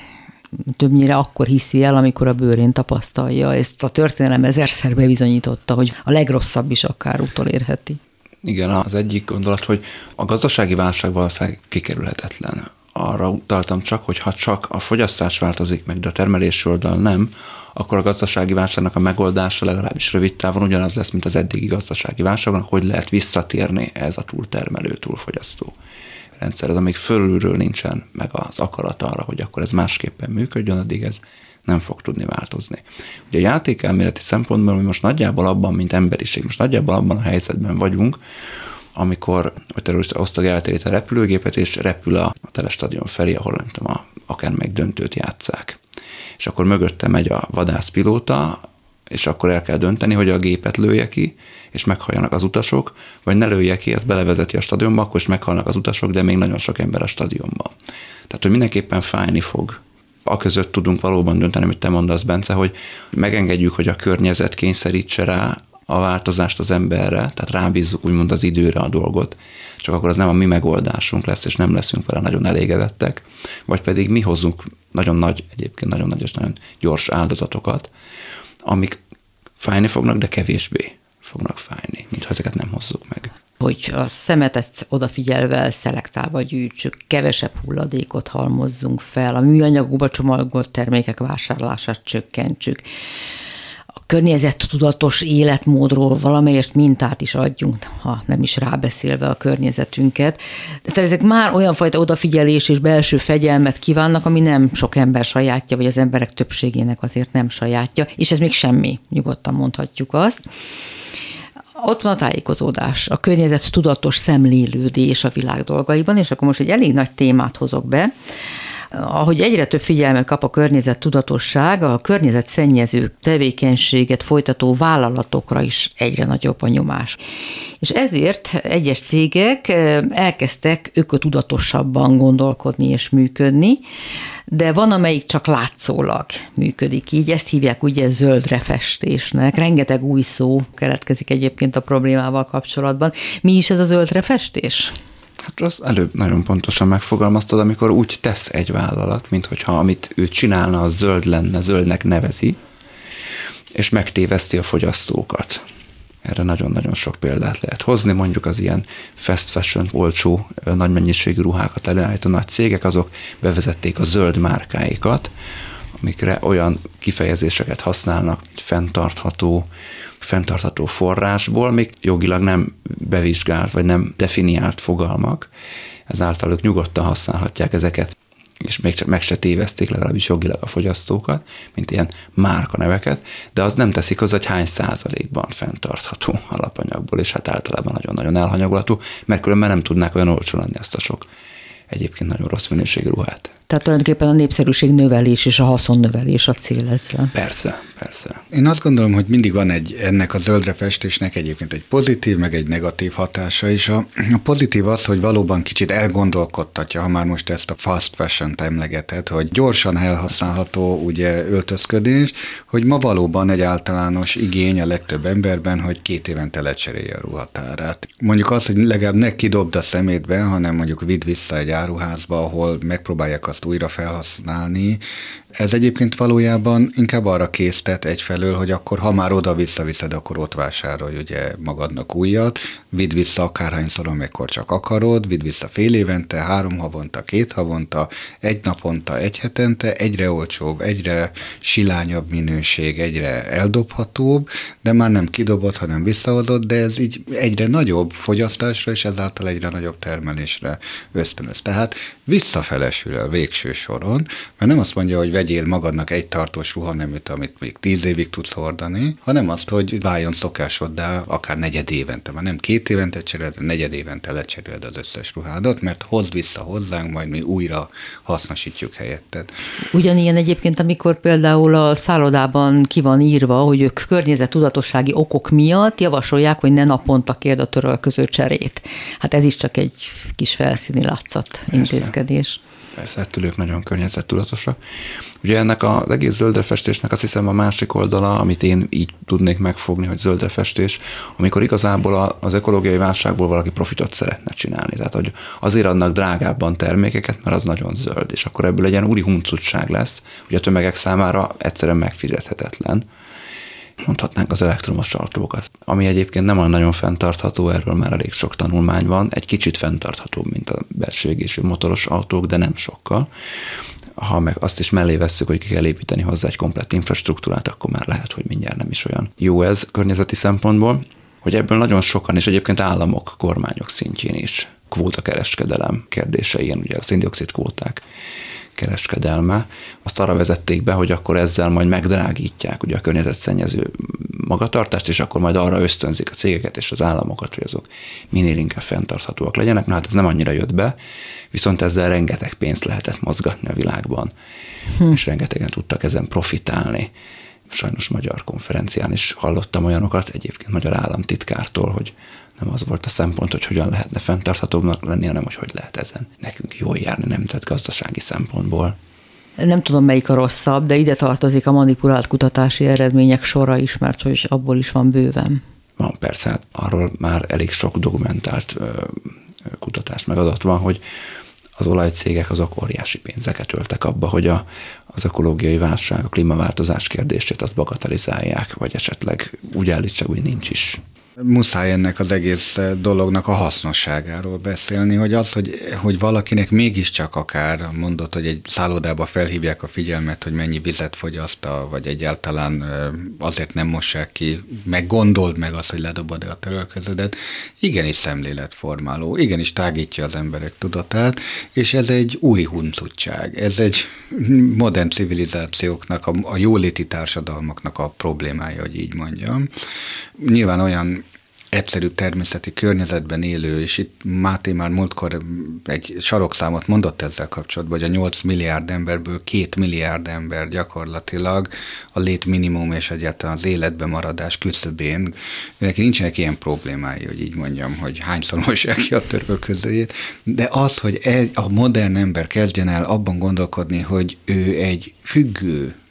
többnyire akkor hiszi el, amikor a bőrén tapasztalja. Ezt a történelem ezerszer bebizonyította, hogy a legrosszabb is akár utolérheti. Igen, az egyik gondolat, hogy a gazdasági válság valószínűleg kikerülhetetlen. Arra utaltam csak, hogy ha csak a fogyasztás változik meg, de a termelés oldal nem, akkor a gazdasági válságnak a megoldása legalábbis rövid távon ugyanaz lesz, mint az eddigi gazdasági válságnak, hogy lehet visszatérni ez a túltermelő, túlfogyasztó rendszerhez, amíg fölülről nincsen meg az akarat arra, hogy akkor ez másképpen működjön, addig ez nem fog tudni változni. Ugye a játékelméleti szempontból mi most nagyjából abban, mint emberiség, most nagyjából abban a helyzetben vagyunk, amikor a terrorista osztag eltérít a repülőgépet, és repül a telestadion felé, ahol nem tudom, akár meg döntőt játsszák. És akkor mögötte megy a vadászpilóta, és akkor el kell dönteni, hogy a gépet lője ki, és meghalljanak az utasok, vagy ne lője ki, ezt belevezeti a stadionba, akkor is meghalnak az utasok, de még nagyon sok ember a stadionban. Tehát, hogy mindenképpen fájni fog. Aközött tudunk valóban dönteni, amit te mondasz, Bence, hogy megengedjük, hogy a környezet kényszerítse rá a változást az emberre, tehát rábízzuk úgymond az időre a dolgot, csak akkor az nem a mi megoldásunk lesz, és nem leszünk vele nagyon elégedettek, vagy pedig mi hozzunk egyébként nagyon nagy és nagyon gyors áldozatokat, amik fájni fognak, de kevésbé fognak fájni, mintha ezeket nem hozzuk meg. Hogy a szemetet odafigyelve szelektálva gyűjtsük, kevesebb hulladékot halmozzunk fel, a műanyagokba csomagolt termékek vásárlását csökkentsük, a környezettudatos életmódról valamelyest mintát is adjunk, ha nem is rábeszélve a környezetünket. Tehát ezek már olyan fajta odafigyelés és belső fegyelmet kívánnak, ami nem sok ember sajátja, vagy az emberek többségének azért nem sajátja, és ez még semmi, nyugodtan mondhatjuk azt. Ott van a tájékozódás, a környezettudatos szemlélődés a világ dolgaiban, és akkor most egy elég nagy témát hozok be. Ahogy egyre több figyelmet kap a környezettudatosság, a környezetszennyező tevékenységet folytató vállalatokra is egyre nagyobb a nyomás. És ezért egyes cégek elkezdtek ökotudatosabban gondolkodni és működni, de van, amelyik csak látszólag működik így, ezt hívják ugye zöldre festésnek. Rengeteg új szó keletkezik egyébként a problémával kapcsolatban. Mi is ez a zöldre festés? Hát az előbb nagyon pontosan megfogalmaztad, amikor úgy tesz egy vállalat, minthogyha amit ő csinálna, az zöld lenne, zöldnek nevezi, és megtéveszti a fogyasztókat. Erre nagyon-nagyon sok példát lehet hozni, mondjuk az ilyen fast fashion, olcsó, nagy mennyiségű ruhákat előállító nagy cégek, azok bevezették a zöld márkáikat, amikre olyan kifejezéseket használnak, fenntartható forrásból, még jogilag nem bevizsgált, vagy nem definiált fogalmak, ezáltal ők nyugodtan használhatják ezeket, és még meg se téveszték legalábbis jogilag a fogyasztókat, mint ilyen márkaneveket, de az nem teszik hozzá, hogy hány százalékban fenntartható alapanyagból, és hát általában nagyon-nagyon elhanyagolható, mert különben nem tudnák olyan olcsón adni ezt a sok egyébként nagyon rossz minőségű ruhát. Tehát tulajdonképpen a népszerűség növelés és a haszonnövelés a cél ezzel. Persze. Én azt gondolom, hogy mindig van ennek a zöldre festésnek egyébként egy pozitív, meg egy negatív hatása is. A pozitív az, hogy valóban kicsit elgondolkodtatja, ha már most ezt a fast fashion-t emlegeted, hogy gyorsan elhasználható ugye öltözködés, hogy ma valóban egy általános igény a legtöbb emberben, hogy 2 évente lecserélje a ruhatárát. Mondjuk az, hogy legalább ne kidobd a szemétbe, hanem mondjuk vidd vissza egy áruházba, ahol megpróbálják azt újra felhasználni. Ez egyébként valójában inkább arra késztet egyfelől, hogy akkor, ha már oda visszaviszed, akkor ott vásárolj ugye magadnak újat, vidd vissza akárhányszor, amikor csak akarod, vidd vissza fél évente, 3 havonta, 2 havonta, 1 naponta, 1 hetente, egyre olcsóbb, egyre silányabb minőség, egyre eldobhatóbb, de már nem kidobott, hanem visszahozott, de ez így egyre nagyobb fogyasztásra, és ezáltal egyre nagyobb termelésre ösztönöz. Tehát visszafelesül a végső soron, mert nem azt mondja, hogy vegyél magadnak egy tartós ruhaneműt, amit még 10 évig tudsz hordani, hanem azt, hogy váljon szokásoddá akár 4 évente. Már nem 2 évente cseréled, 4 évente lecseréled az összes ruhádat, mert hozd vissza hozzánk, majd mi újra hasznosítjuk helyetted. Ugyanilyen egyébként, amikor például a szállodában ki van írva, hogy ők környezettudatossági okok miatt javasolják, hogy ne naponta kérd a törölköző cserét. Hát ez is csak egy kis felszíni látszat intézkedés. Persze, ettől ők nagyon környezettudatosak. Ugye ennek az egész zöldrefestésnek azt hiszem a másik oldala, amit én így tudnék megfogni, hogy zöldrefestés, amikor igazából az ökológiai válságból valaki profitot szeretne csinálni. Tehát, hogy azért adnak drágábban termékeket, mert az nagyon zöld, és akkor ebből egy ilyen úri huncutság lesz, hogy a tömegek számára egyszerűen megfizethetetlen. Mondhatnánk az elektromos autókat, ami egyébként nem olyan nagyon fenntartható, erről már elég sok tanulmány van, egy kicsit fenntarthatóbb, mint a belső égésű motoros autók, de nem sokkal. Ha meg azt is mellé vesszük, hogy ki kell építeni hozzá egy komplett infrastruktúrát, akkor már lehet, hogy mindjárt nem is olyan jó ez környezeti szempontból, hogy ebből nagyon sokan, és egyébként államok, kormányok szintjén is kvótakereskedelem kérdésein, ugye a szén-dioxid kvóták kereskedelme, azt arra vezették be, hogy akkor ezzel majd megdrágítják ugye a környezetszennyező magatartást, és akkor majd arra ösztönzik a cégeket és az államokat, hogy azok minél inkább fenntarthatóak legyenek. Na hát ez nem annyira jött be, viszont ezzel rengeteg pénzt lehetett mozgatni a világban, és rengetegen tudtak ezen profitálni. Sajnos magyar konferencián is hallottam olyanokat, egyébként magyar államtitkártól, hogy nem az volt a szempont, hogy hogyan lehetne fenntarthatóbbnak lenni, hanem hogy lehet ezen nekünk jól járni nemzetgazdasági szempontból. Nem tudom, melyik a rosszabb, de ide tartozik a manipulált kutatási eredmények sora is, mert hogy abból is van bőven. Van persze, hát arról már elég sok dokumentált kutatás megadott van, hogy az olajcégek azok óriási pénzeket öltek abba, hogy az ökológiai válság, a klímaváltozás kérdését azt bagatelizálják, vagy esetleg úgy állítsák, hogy nincs is. Muszáj ennek az egész dolognak a hasznosságáról beszélni, hogy az, hogy valakinek mégiscsak akár mondott, hogy egy szállodába felhívják a figyelmet, hogy mennyi vizet fogyaszt, vagy egyáltalán azért nem mossák ki, meg gondold meg azt, hogy ledobod-e a törölköződet, igenis szemléletformáló, igenis tágítja az emberek tudatát, és ez egy új huncutság, ez egy modern civilizációknak, a jóléti társadalmaknak a problémája, hogy így mondjam. Nyilván olyan egyszerű természeti környezetben élő, és itt Máté már múltkor egy sarokszámot mondott ezzel kapcsolatban, hogy a 8 milliárd emberből 2 milliárd ember gyakorlatilag a létminimum és egyáltalán az életbe maradás küszöbén, neki nincsenek ilyen problémái, hogy így mondjam, hogy hányszor mossák ki a törölközőjét, de az, hogy a modern ember kezdjen el abban gondolkodni, hogy ő egy függő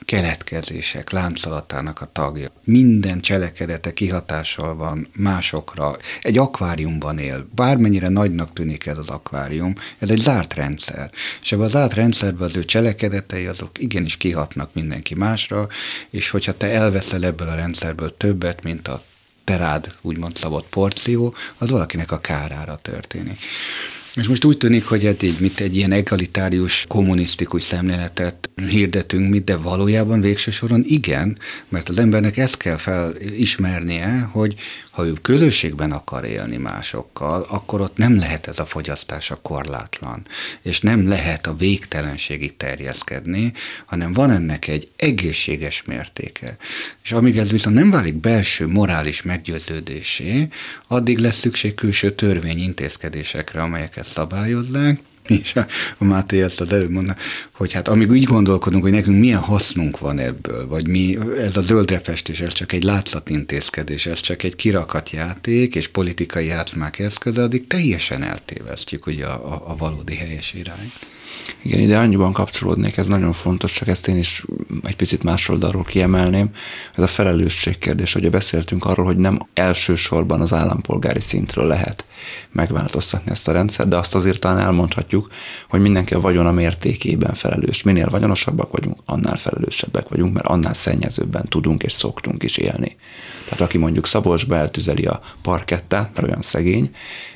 keletkezések láncolatának a tagja. Minden cselekedete kihatással van másokra. Egy akváriumban él. Bármennyire nagynak tűnik ez az akvárium, ez egy zárt rendszer. És ebben a zárt rendszerben az ő cselekedetei azok igenis kihatnak mindenki másra, és hogyha te elveszel ebből a rendszerből többet, mint a te rád úgymond szabott porció, az valakinek a kárára történik. És most úgy tűnik, hogy eddig mit egy ilyen egalitárius, kommunisztikus szemléletet hirdetünk, de valójában végső soron igen, mert az embernek ezt kell felismernie, hogy ha ő közösségben akar élni másokkal, akkor ott nem lehet ez a fogyasztása korlátlan, és nem lehet a végtelenségig terjeszkedni, hanem van ennek egy egészséges mértéke. És amíg ez viszont nem válik belső morális meggyőződésé, addig lesz szükség külső törvényintézkedésekre, amelyek ezt szabályozzák, és a Máté ezt az előbb mondta, hogy hát amíg úgy gondolkodunk, hogy nekünk milyen hasznunk van ebből, vagy mi, ez a zöldre festés, ez csak egy látszatintézkedés, ez csak egy kirakatjáték és politikai játszmák eszköze, addig teljesen eltévesztjük ugye a valódi helyes irányt. Igen, ide annyiban kapcsolódnék, ez nagyon fontos, csak ezt én is egy picit más oldalról kiemelném. Ez a felelősség kérdés, ugye beszéltünk arról, hogy nem elsősorban az állampolgári szintről lehet megváltoztatni ezt a rendszert, de azt azért talán elmondhatjuk, hogy mindenki a vagyona mértékében felelős. Minél vagyonosabbak vagyunk, annál felelősebbek vagyunk, mert annál szennyezőbben tudunk és szoktunk is élni. Tehát aki mondjuk Szabolcsba eltüzeli a parkettát, mert olyan szegény,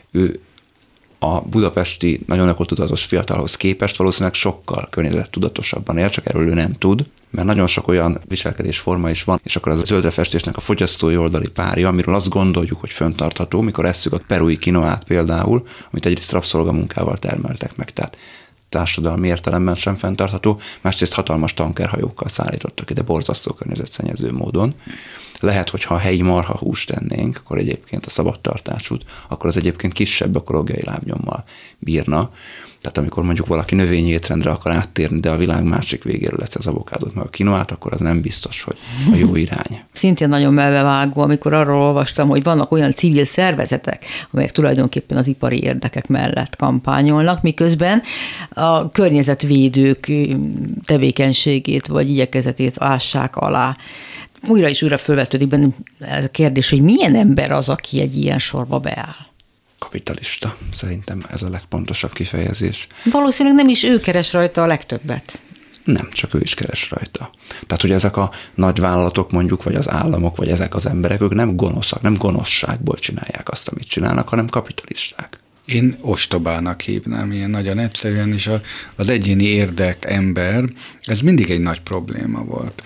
ő a budapesti nagyon ökotudazos fiatalhoz képest valószínűleg sokkal környezettudatosabban él, csak erről ő nem tud, mert nagyon sok olyan viselkedésforma is van, és akkor az a zöldre festésnek a fogyasztói oldali párja, amiről azt gondoljuk, hogy fenntartható, mikor esszük a perui kinoát például, amit egyrészt rabszolgamunkával termeltek meg, tehát társadalmi értelemben sem fenntartható, másrészt hatalmas tankerhajókkal szállítottak ide borzasztó környezetszennyező módon. Lehet, hogyha a helyi marhahúst tennénk, akkor egyébként a szabadtartásút, akkor az egyébként kisebb ökológiai lábnyommal bírna. Tehát amikor mondjuk valaki növényi étrendre akar áttérni, de a világ másik végéről lesz az avokádót, meg a kinoát, akkor az nem biztos, hogy a jó irány. Szintén nagyon melbevágó, amikor arról olvastam, hogy vannak olyan civil szervezetek, amelyek tulajdonképpen az ipari érdekek mellett kampányolnak, miközben a környezetvédők tevékenységét vagy igyekezetét ássák alá. Újra és újra fölvetődik benne ez a kérdés, hogy milyen ember az, aki egy ilyen sorba beáll. Kapitalista. Szerintem ez a legpontosabb kifejezés. Valószínűleg nem is ő keres rajta a legtöbbet. Nem, csak ő is keres rajta. Tehát, hogy ezek a nagyvállalatok mondjuk, vagy az államok, vagy ezek az emberek, ők nem gonoszak, nem gonoszságból csinálják azt, amit csinálnak, hanem kapitalisták. Én ostobának hívnám ilyen nagyon egyszerűen, és az egyéni érdek ember, ez mindig egy nagy probléma volt.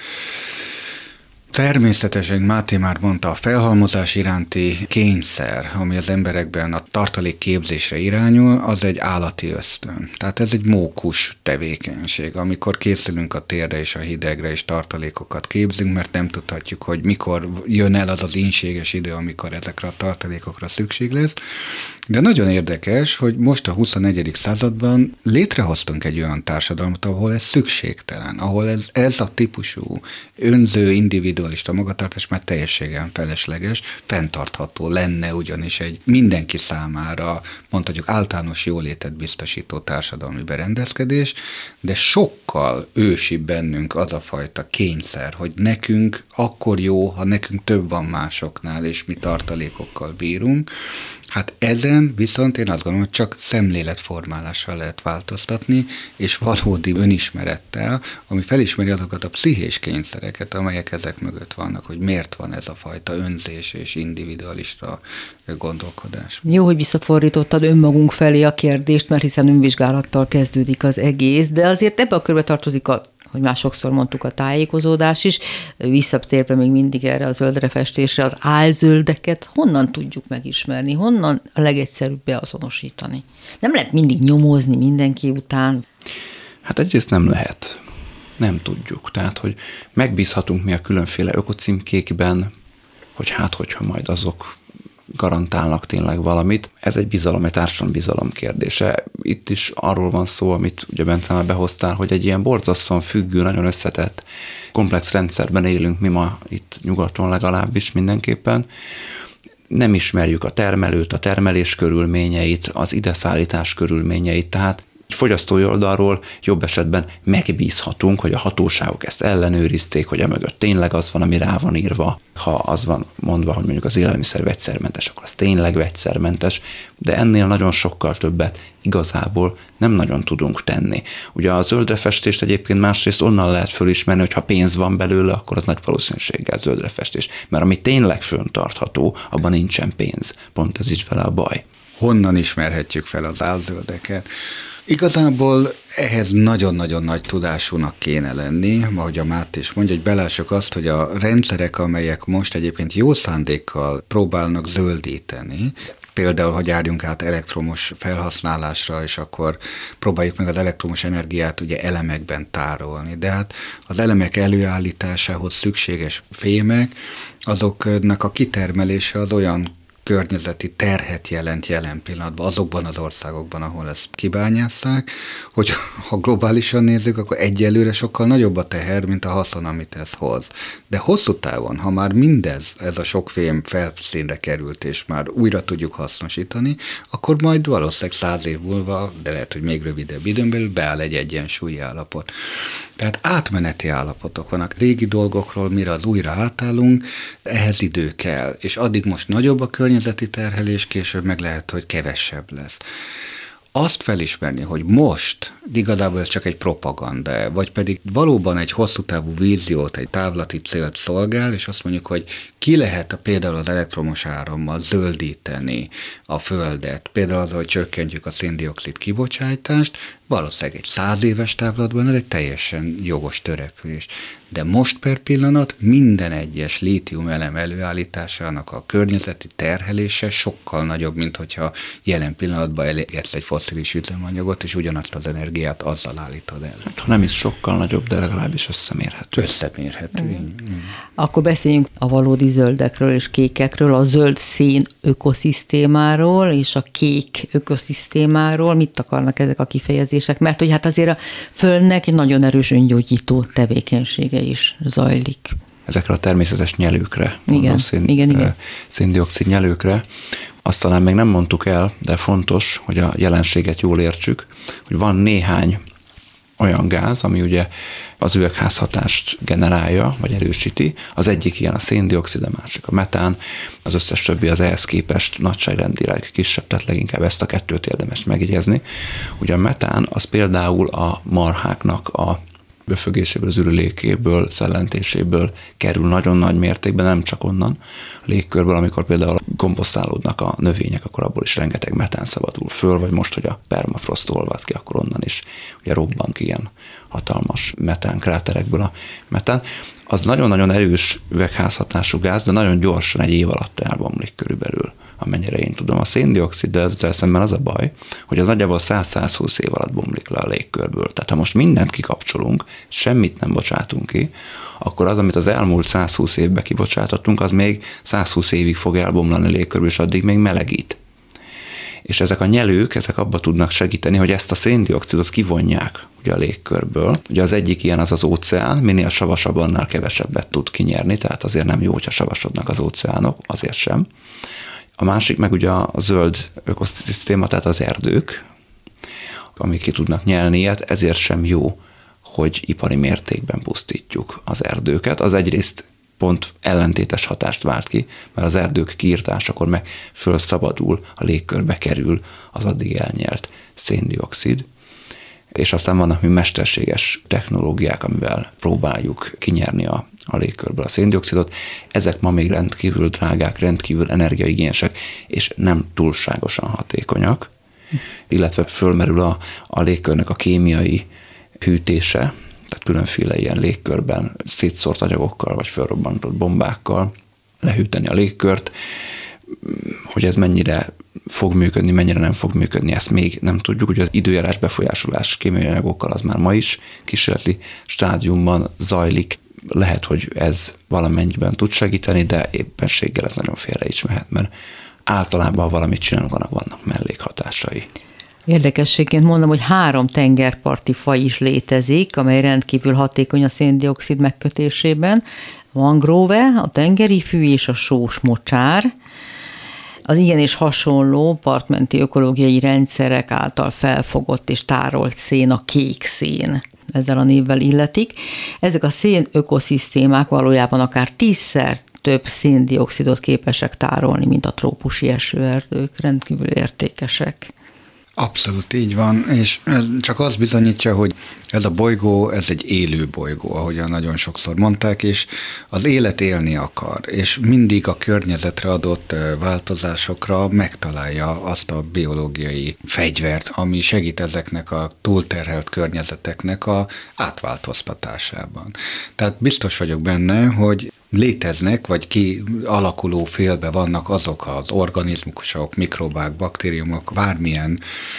Természetesen, Máté már mondta, a felhalmozás iránti kényszer, ami az emberekben a tartalékképzésre irányul, az egy állati ösztön. Tehát ez egy mókus tevékenység, amikor készülünk a térre és a hidegre, és tartalékokat képzünk, mert nem tudhatjuk, hogy mikor jön el az az ínséges idő, amikor ezekre a tartalékokra szükség lesz. De nagyon érdekes, hogy most a 21. században létrehoztunk egy olyan társadalmat, ahol ez szükségtelen, ahol ez a típusú önző, individualista magatartás már teljességen felesleges, fenntartható lenne ugyanis egy mindenki számára, mondhatjuk általános jólétet biztosító társadalmi berendezkedés, de sokkal ősibb bennünk az a fajta kényszer, hogy nekünk akkor jó, ha nekünk több van másoknál, és mi tartalékokkal bírunk. Hát ezen viszont én azt gondolom, hogy csak szemléletformálással lehet változtatni, és valódi önismerettel, ami felismeri azokat a pszichés kényszereket, amelyek ezek mögött vannak, hogy miért van ez a fajta önzés és individualista gondolkodás. Jó, hogy visszafordítottad önmagunk felé a kérdést, mert hiszen önvizsgálattal kezdődik az egész, de azért ebbe a körbe tartozik hogy már sokszor mondtuk, a tájékozódás is, visszatérve még mindig erre a zöldre festésre, az álzöldeket honnan tudjuk megismerni, honnan a legegyszerűbb beazonosítani? Nem lehet mindig nyomozni mindenki után? Hát egyrészt nem lehet. Nem tudjuk. Tehát, hogy megbízhatunk mi a különféle ökocímkékben, hogy hát, hogyha majd azok garantálnak tényleg valamit. Ez egy bizalom, egy társadalmi bizalom kérdése. Itt is arról van szó, amit ugye Bence már behoztál, hogy egy ilyen borzasztóan függő, nagyon összetett, komplex rendszerben élünk mi ma itt nyugaton legalábbis mindenképpen. Nem ismerjük a termelőt, a termelés körülményeit, az ideszállítás körülményeit, tehát Fogyasztói oldalról jobb esetben megbízhatunk, hogy a hatóságok ezt ellenőrizték, hogy emögött tényleg az van, ami rá van írva. Ha az van mondva, hogy mondjuk az élelmiszer vegyszermentes, akkor az tényleg vegyszermentes, de ennél nagyon sokkal többet igazából nem nagyon tudunk tenni. Ugye a zöldrefestést egyébként másrészt onnan lehet fölismerni, hogy ha pénz van belőle, akkor az nagy valószínűséggel zöldrefestés. Mert ami tényleg fönntartható, abban nincsen pénz. Pont ez is vele a baj. Honnan ismerhetjük fel az álzöldeket? Igazából ehhez nagyon-nagyon nagy tudásúnak kéne lenni, ahogy a Máté is mondja, hogy belássuk azt, hogy a rendszerek, amelyek most egyébként jó szándékkal próbálnak zöldíteni, például, hogy járjunk át elektromos felhasználásra, és akkor próbáljuk meg az elektromos energiát ugye elemekben tárolni. De hát az elemek előállításához szükséges fémek, azoknak a kitermelése az olyan környezeti terhet jelent jelen pillanatban azokban az országokban, ahol ezt kibányásszák, hogy ha globálisan nézzük, akkor egyelőre sokkal nagyobb a teher, mint a haszon, amit ez hoz. De hosszú távon, ha már ez a sok fém felszínre került, és már újra tudjuk hasznosítani, akkor majd valószínűleg 100 év múlva, de lehet, hogy még rövidebb időn belül beáll egy egyensúlyi állapot. Tehát átmeneti állapotok vannak. Régi dolgokról, mire az újra átállunk, ehhez idő kell, és addig most nagyobb a környezeti terhelés, később meg lehet, hogy kevesebb lesz. Azt felismerni, hogy most igazából ez csak egy propaganda, vagy pedig valóban egy hosszú távú víziót, egy távlati célt szolgál, és azt mondjuk, hogy ki lehet például az elektromos árammal zöldíteni a Földet, például az, hogy csökkentjük a szén-dioxid kibocsátást, valószínűleg egy 100 éves távlatban ez egy teljesen jogos törekvés. De most per pillanat minden egyes lítium elem előállításának a környezeti terhelése sokkal nagyobb, mint hogyha jelen pillanatban elégetsz egy fosszilis üzemanyagot, és ugyanazt az energiát azzal állítod el. Ha nem is sokkal nagyobb, de legalábbis összemérhető. Összemérhető. Akkor beszéljünk a valódi zöldekről és kékekről, a zöld szén ökoszisztémáról és a kék ökoszisztémáról. Mit akarnak ezek a kifejezések? Mert hogy hát azért a Földnek egy nagyon erős öngyógyító tevékenysége is zajlik. Ezekre a természetes nyelőkre, igen. szén-dioxid nyelőkre. Azt talán még nem mondtuk el, de fontos, hogy a jelenséget jól értsük, hogy van néhány olyan gáz, ami ugye az üvegházhatást generálja, vagy erősíti. Az egyik ilyen a szén-dioxid, a másik a metán, az összes többi az ehhez képest nagyságrendileg kisebb, tehát leginkább ezt a kettőt érdemes megjegyezni. Ugye a metán az például a marháknak a befögéséből, az ürülékéből, szellentéséből kerül nagyon nagy mértékben, nem csak onnan a légkörből, amikor például komposztálódnak a növények, akkor abból is rengeteg metán szabadul föl, vagy most, hogy a permafrost olvad ki, akkor onnan is ugye robban ki ilyen hatalmas metán kráterekből a metán. Az nagyon-nagyon erős üvegházhatású gáz, de nagyon gyorsan egy év alatt elbomlik körülbelül, amennyire én tudom. A szén-dioxid, de ezzel szemben az a baj, hogy az nagyjából 100-120 év alatt bomlik le a légkörből. Tehát ha most mindent kikapcsolunk, semmit nem bocsátunk ki, akkor az, amit az elmúlt 120 évben kibocsátottunk, az még 120 évig fog elbomlani a légkörből, és addig még melegít. És ezek a nyelők, ezek abba tudnak segíteni, hogy ezt a szén-dioxidot kivonják ugye a légkörből. Ugye az egyik ilyen az óceán, minél savasabb, annál kevesebbet tud kinyerni, tehát azért nem jó, hogyha savasodnak az óceánok, azért sem. A másik meg ugye a zöld ökoszisztéma, tehát az erdők, amik ki tudnak nyelni ilyet, ezért sem jó, hogy ipari mértékben pusztítjuk az erdőket. Az egyrészt pont ellentétes hatást vált ki, mert az erdők kiirtásakor meg fölszabadul, a légkörbe kerül az addig elnyelt szén-dioxid, és aztán vannak mi mesterséges technológiák, amivel próbáljuk kinyerni a légkörből a szén-dioxidot. Ezek ma még rendkívül drágák, rendkívül energiaigényesek, és nem túlságosan hatékonyak, illetve fölmerül a légkörnek a kémiai hűtése, tehát különféle ilyen légkörben szétszórt anyagokkal, vagy felrobbantott bombákkal lehűteni a légkört. Hogy ez mennyire fog működni, mennyire nem fog működni, ezt még nem tudjuk. Ugye az időjárás befolyásolás kémiai anyagokkal az már ma is kísérleti stádiumban zajlik. Lehet, hogy ez valamennyiben tud segíteni, de éppenséggel ez nagyon félre is mehet, mert általában, ha valamit csinálunk, annak vannak mellékhatásai. Érdekességként mondom, hogy 3 tengerparti faj is létezik, amely rendkívül hatékony a szén-dioxid megkötésében. A mangrove, a tengeri fű és a sós mocsár. az ilyen és hasonló partmenti ökológiai rendszerek által felfogott és tárolt szén a kék szén. Ezzel a névvel illetik. Ezek a szén ökoszisztémák valójában akár 10-szer több széndioxidot képesek tárolni, mint a trópusi esőerdők, rendkívül értékesek. Abszolút így van, és ez csak azt bizonyítja, hogy ez a bolygó, ez egy élő bolygó, ahogyan nagyon sokszor mondták, és az élet élni akar, és mindig a környezetre adott változásokra megtalálja azt a biológiai fegyvert, ami segít ezeknek a túlterhelt környezeteknek a átváltoztatásában. Tehát biztos vagyok benne, hogy léteznek, vagy kialakuló félbe vannak azok az organizmusok, mikrobák, baktériumok, bármilyen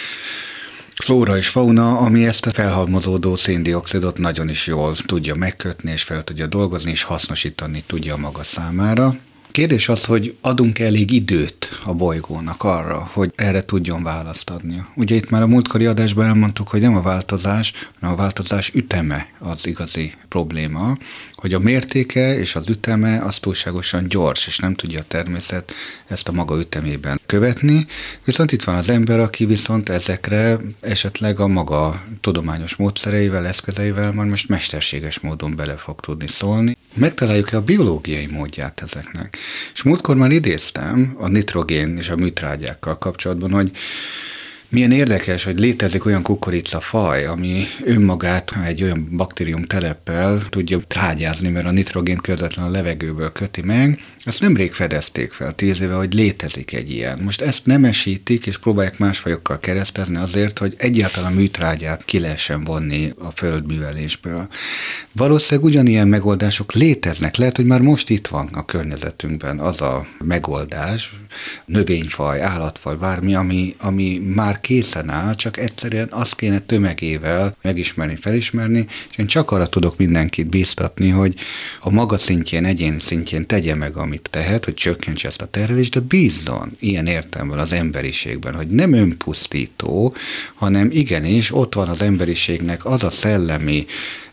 flóra és fauna, ami ezt a felhalmozódó széndioxidot nagyon is jól tudja megkötni, és fel tudja dolgozni, és hasznosítani tudja maga számára. Kérdés az, hogy adunk elég időt a bolygónak arra, hogy erre tudjon választ adni. Ugye itt már a múltkori adásban elmondtuk, hogy nem a változás, hanem a változás üteme az igazi probléma, hogy a mértéke és az üteme az túlságosan gyors, és nem tudja a természet ezt a maga ütemében követni. Viszont itt van az ember, aki viszont ezekre esetleg a maga tudományos módszereivel, eszközeivel már most mesterséges módon bele fog tudni szólni. Megtaláljuk-e a biológiai módját ezeknek? És múltkor már idéztem a nitrogén és a műtrágyákkal kapcsolatban, hogy milyen érdekes, hogy létezik olyan kukoricafaj, ami önmagát egy olyan baktérium teleppel tudja trágyázni, mert a nitrogént közvetlenül a levegőből köti meg. Ezt nemrég fedezték fel 10 éve, hogy létezik egy ilyen. Most ezt nemesítik, és próbálják más fajokkal keresztezni azért, hogy egyáltalán a műtrágyát ki lehessen vonni a földművelésből. Valószínűleg ugyanilyen megoldások léteznek. Lehet, hogy már most itt van a környezetünkben az a megoldás, növényfaj, állatfaj, bármi, ami már készen áll, csak egyszerűen azt kéne tömegével megismerni, felismerni, és én csak arra tudok mindenkit bíztatni, hogy a maga szintjén, egyén szintjén tegye meg, amit tehet, hogy csökkentse ezt a terhelést, de bízzon ilyen értelemben az emberiségben, hogy nem önpusztító, hanem igenis ott van az emberiségnek az a szellemi,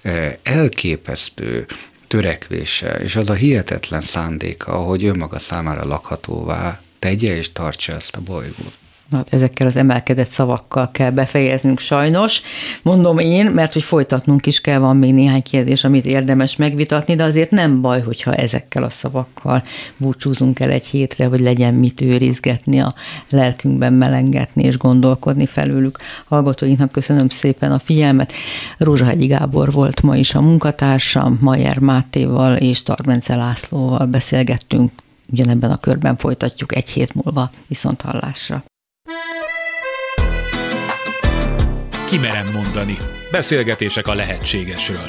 elképesztő törekvése, és az a hihetetlen szándéka, hogy önmaga számára lakhatóvá tegye és tartsa ezt a bolygót. Hát ezekkel az emelkedett szavakkal kell befejeznünk sajnos. Mondom én, mert hogy folytatnunk is kell, van még néhány kérdés, amit érdemes megvitatni, de azért nem baj, hogyha ezekkel a szavakkal búcsúzunk el egy hétre, hogy legyen mit őrizgetni, a lelkünkben melengetni és gondolkodni felőlük. Hallgatóinknak köszönöm szépen a figyelmet. Rózsahegyi Gábor volt ma is a munkatársam, Mayer Mátéval és Tarbence Lászlóval beszélgettünk. Ugyanebben a körben folytatjuk egy hét múlva. Viszonthallásra. Kimerem mondani. Beszélgetések a lehetségesről.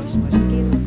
Christmas. Give us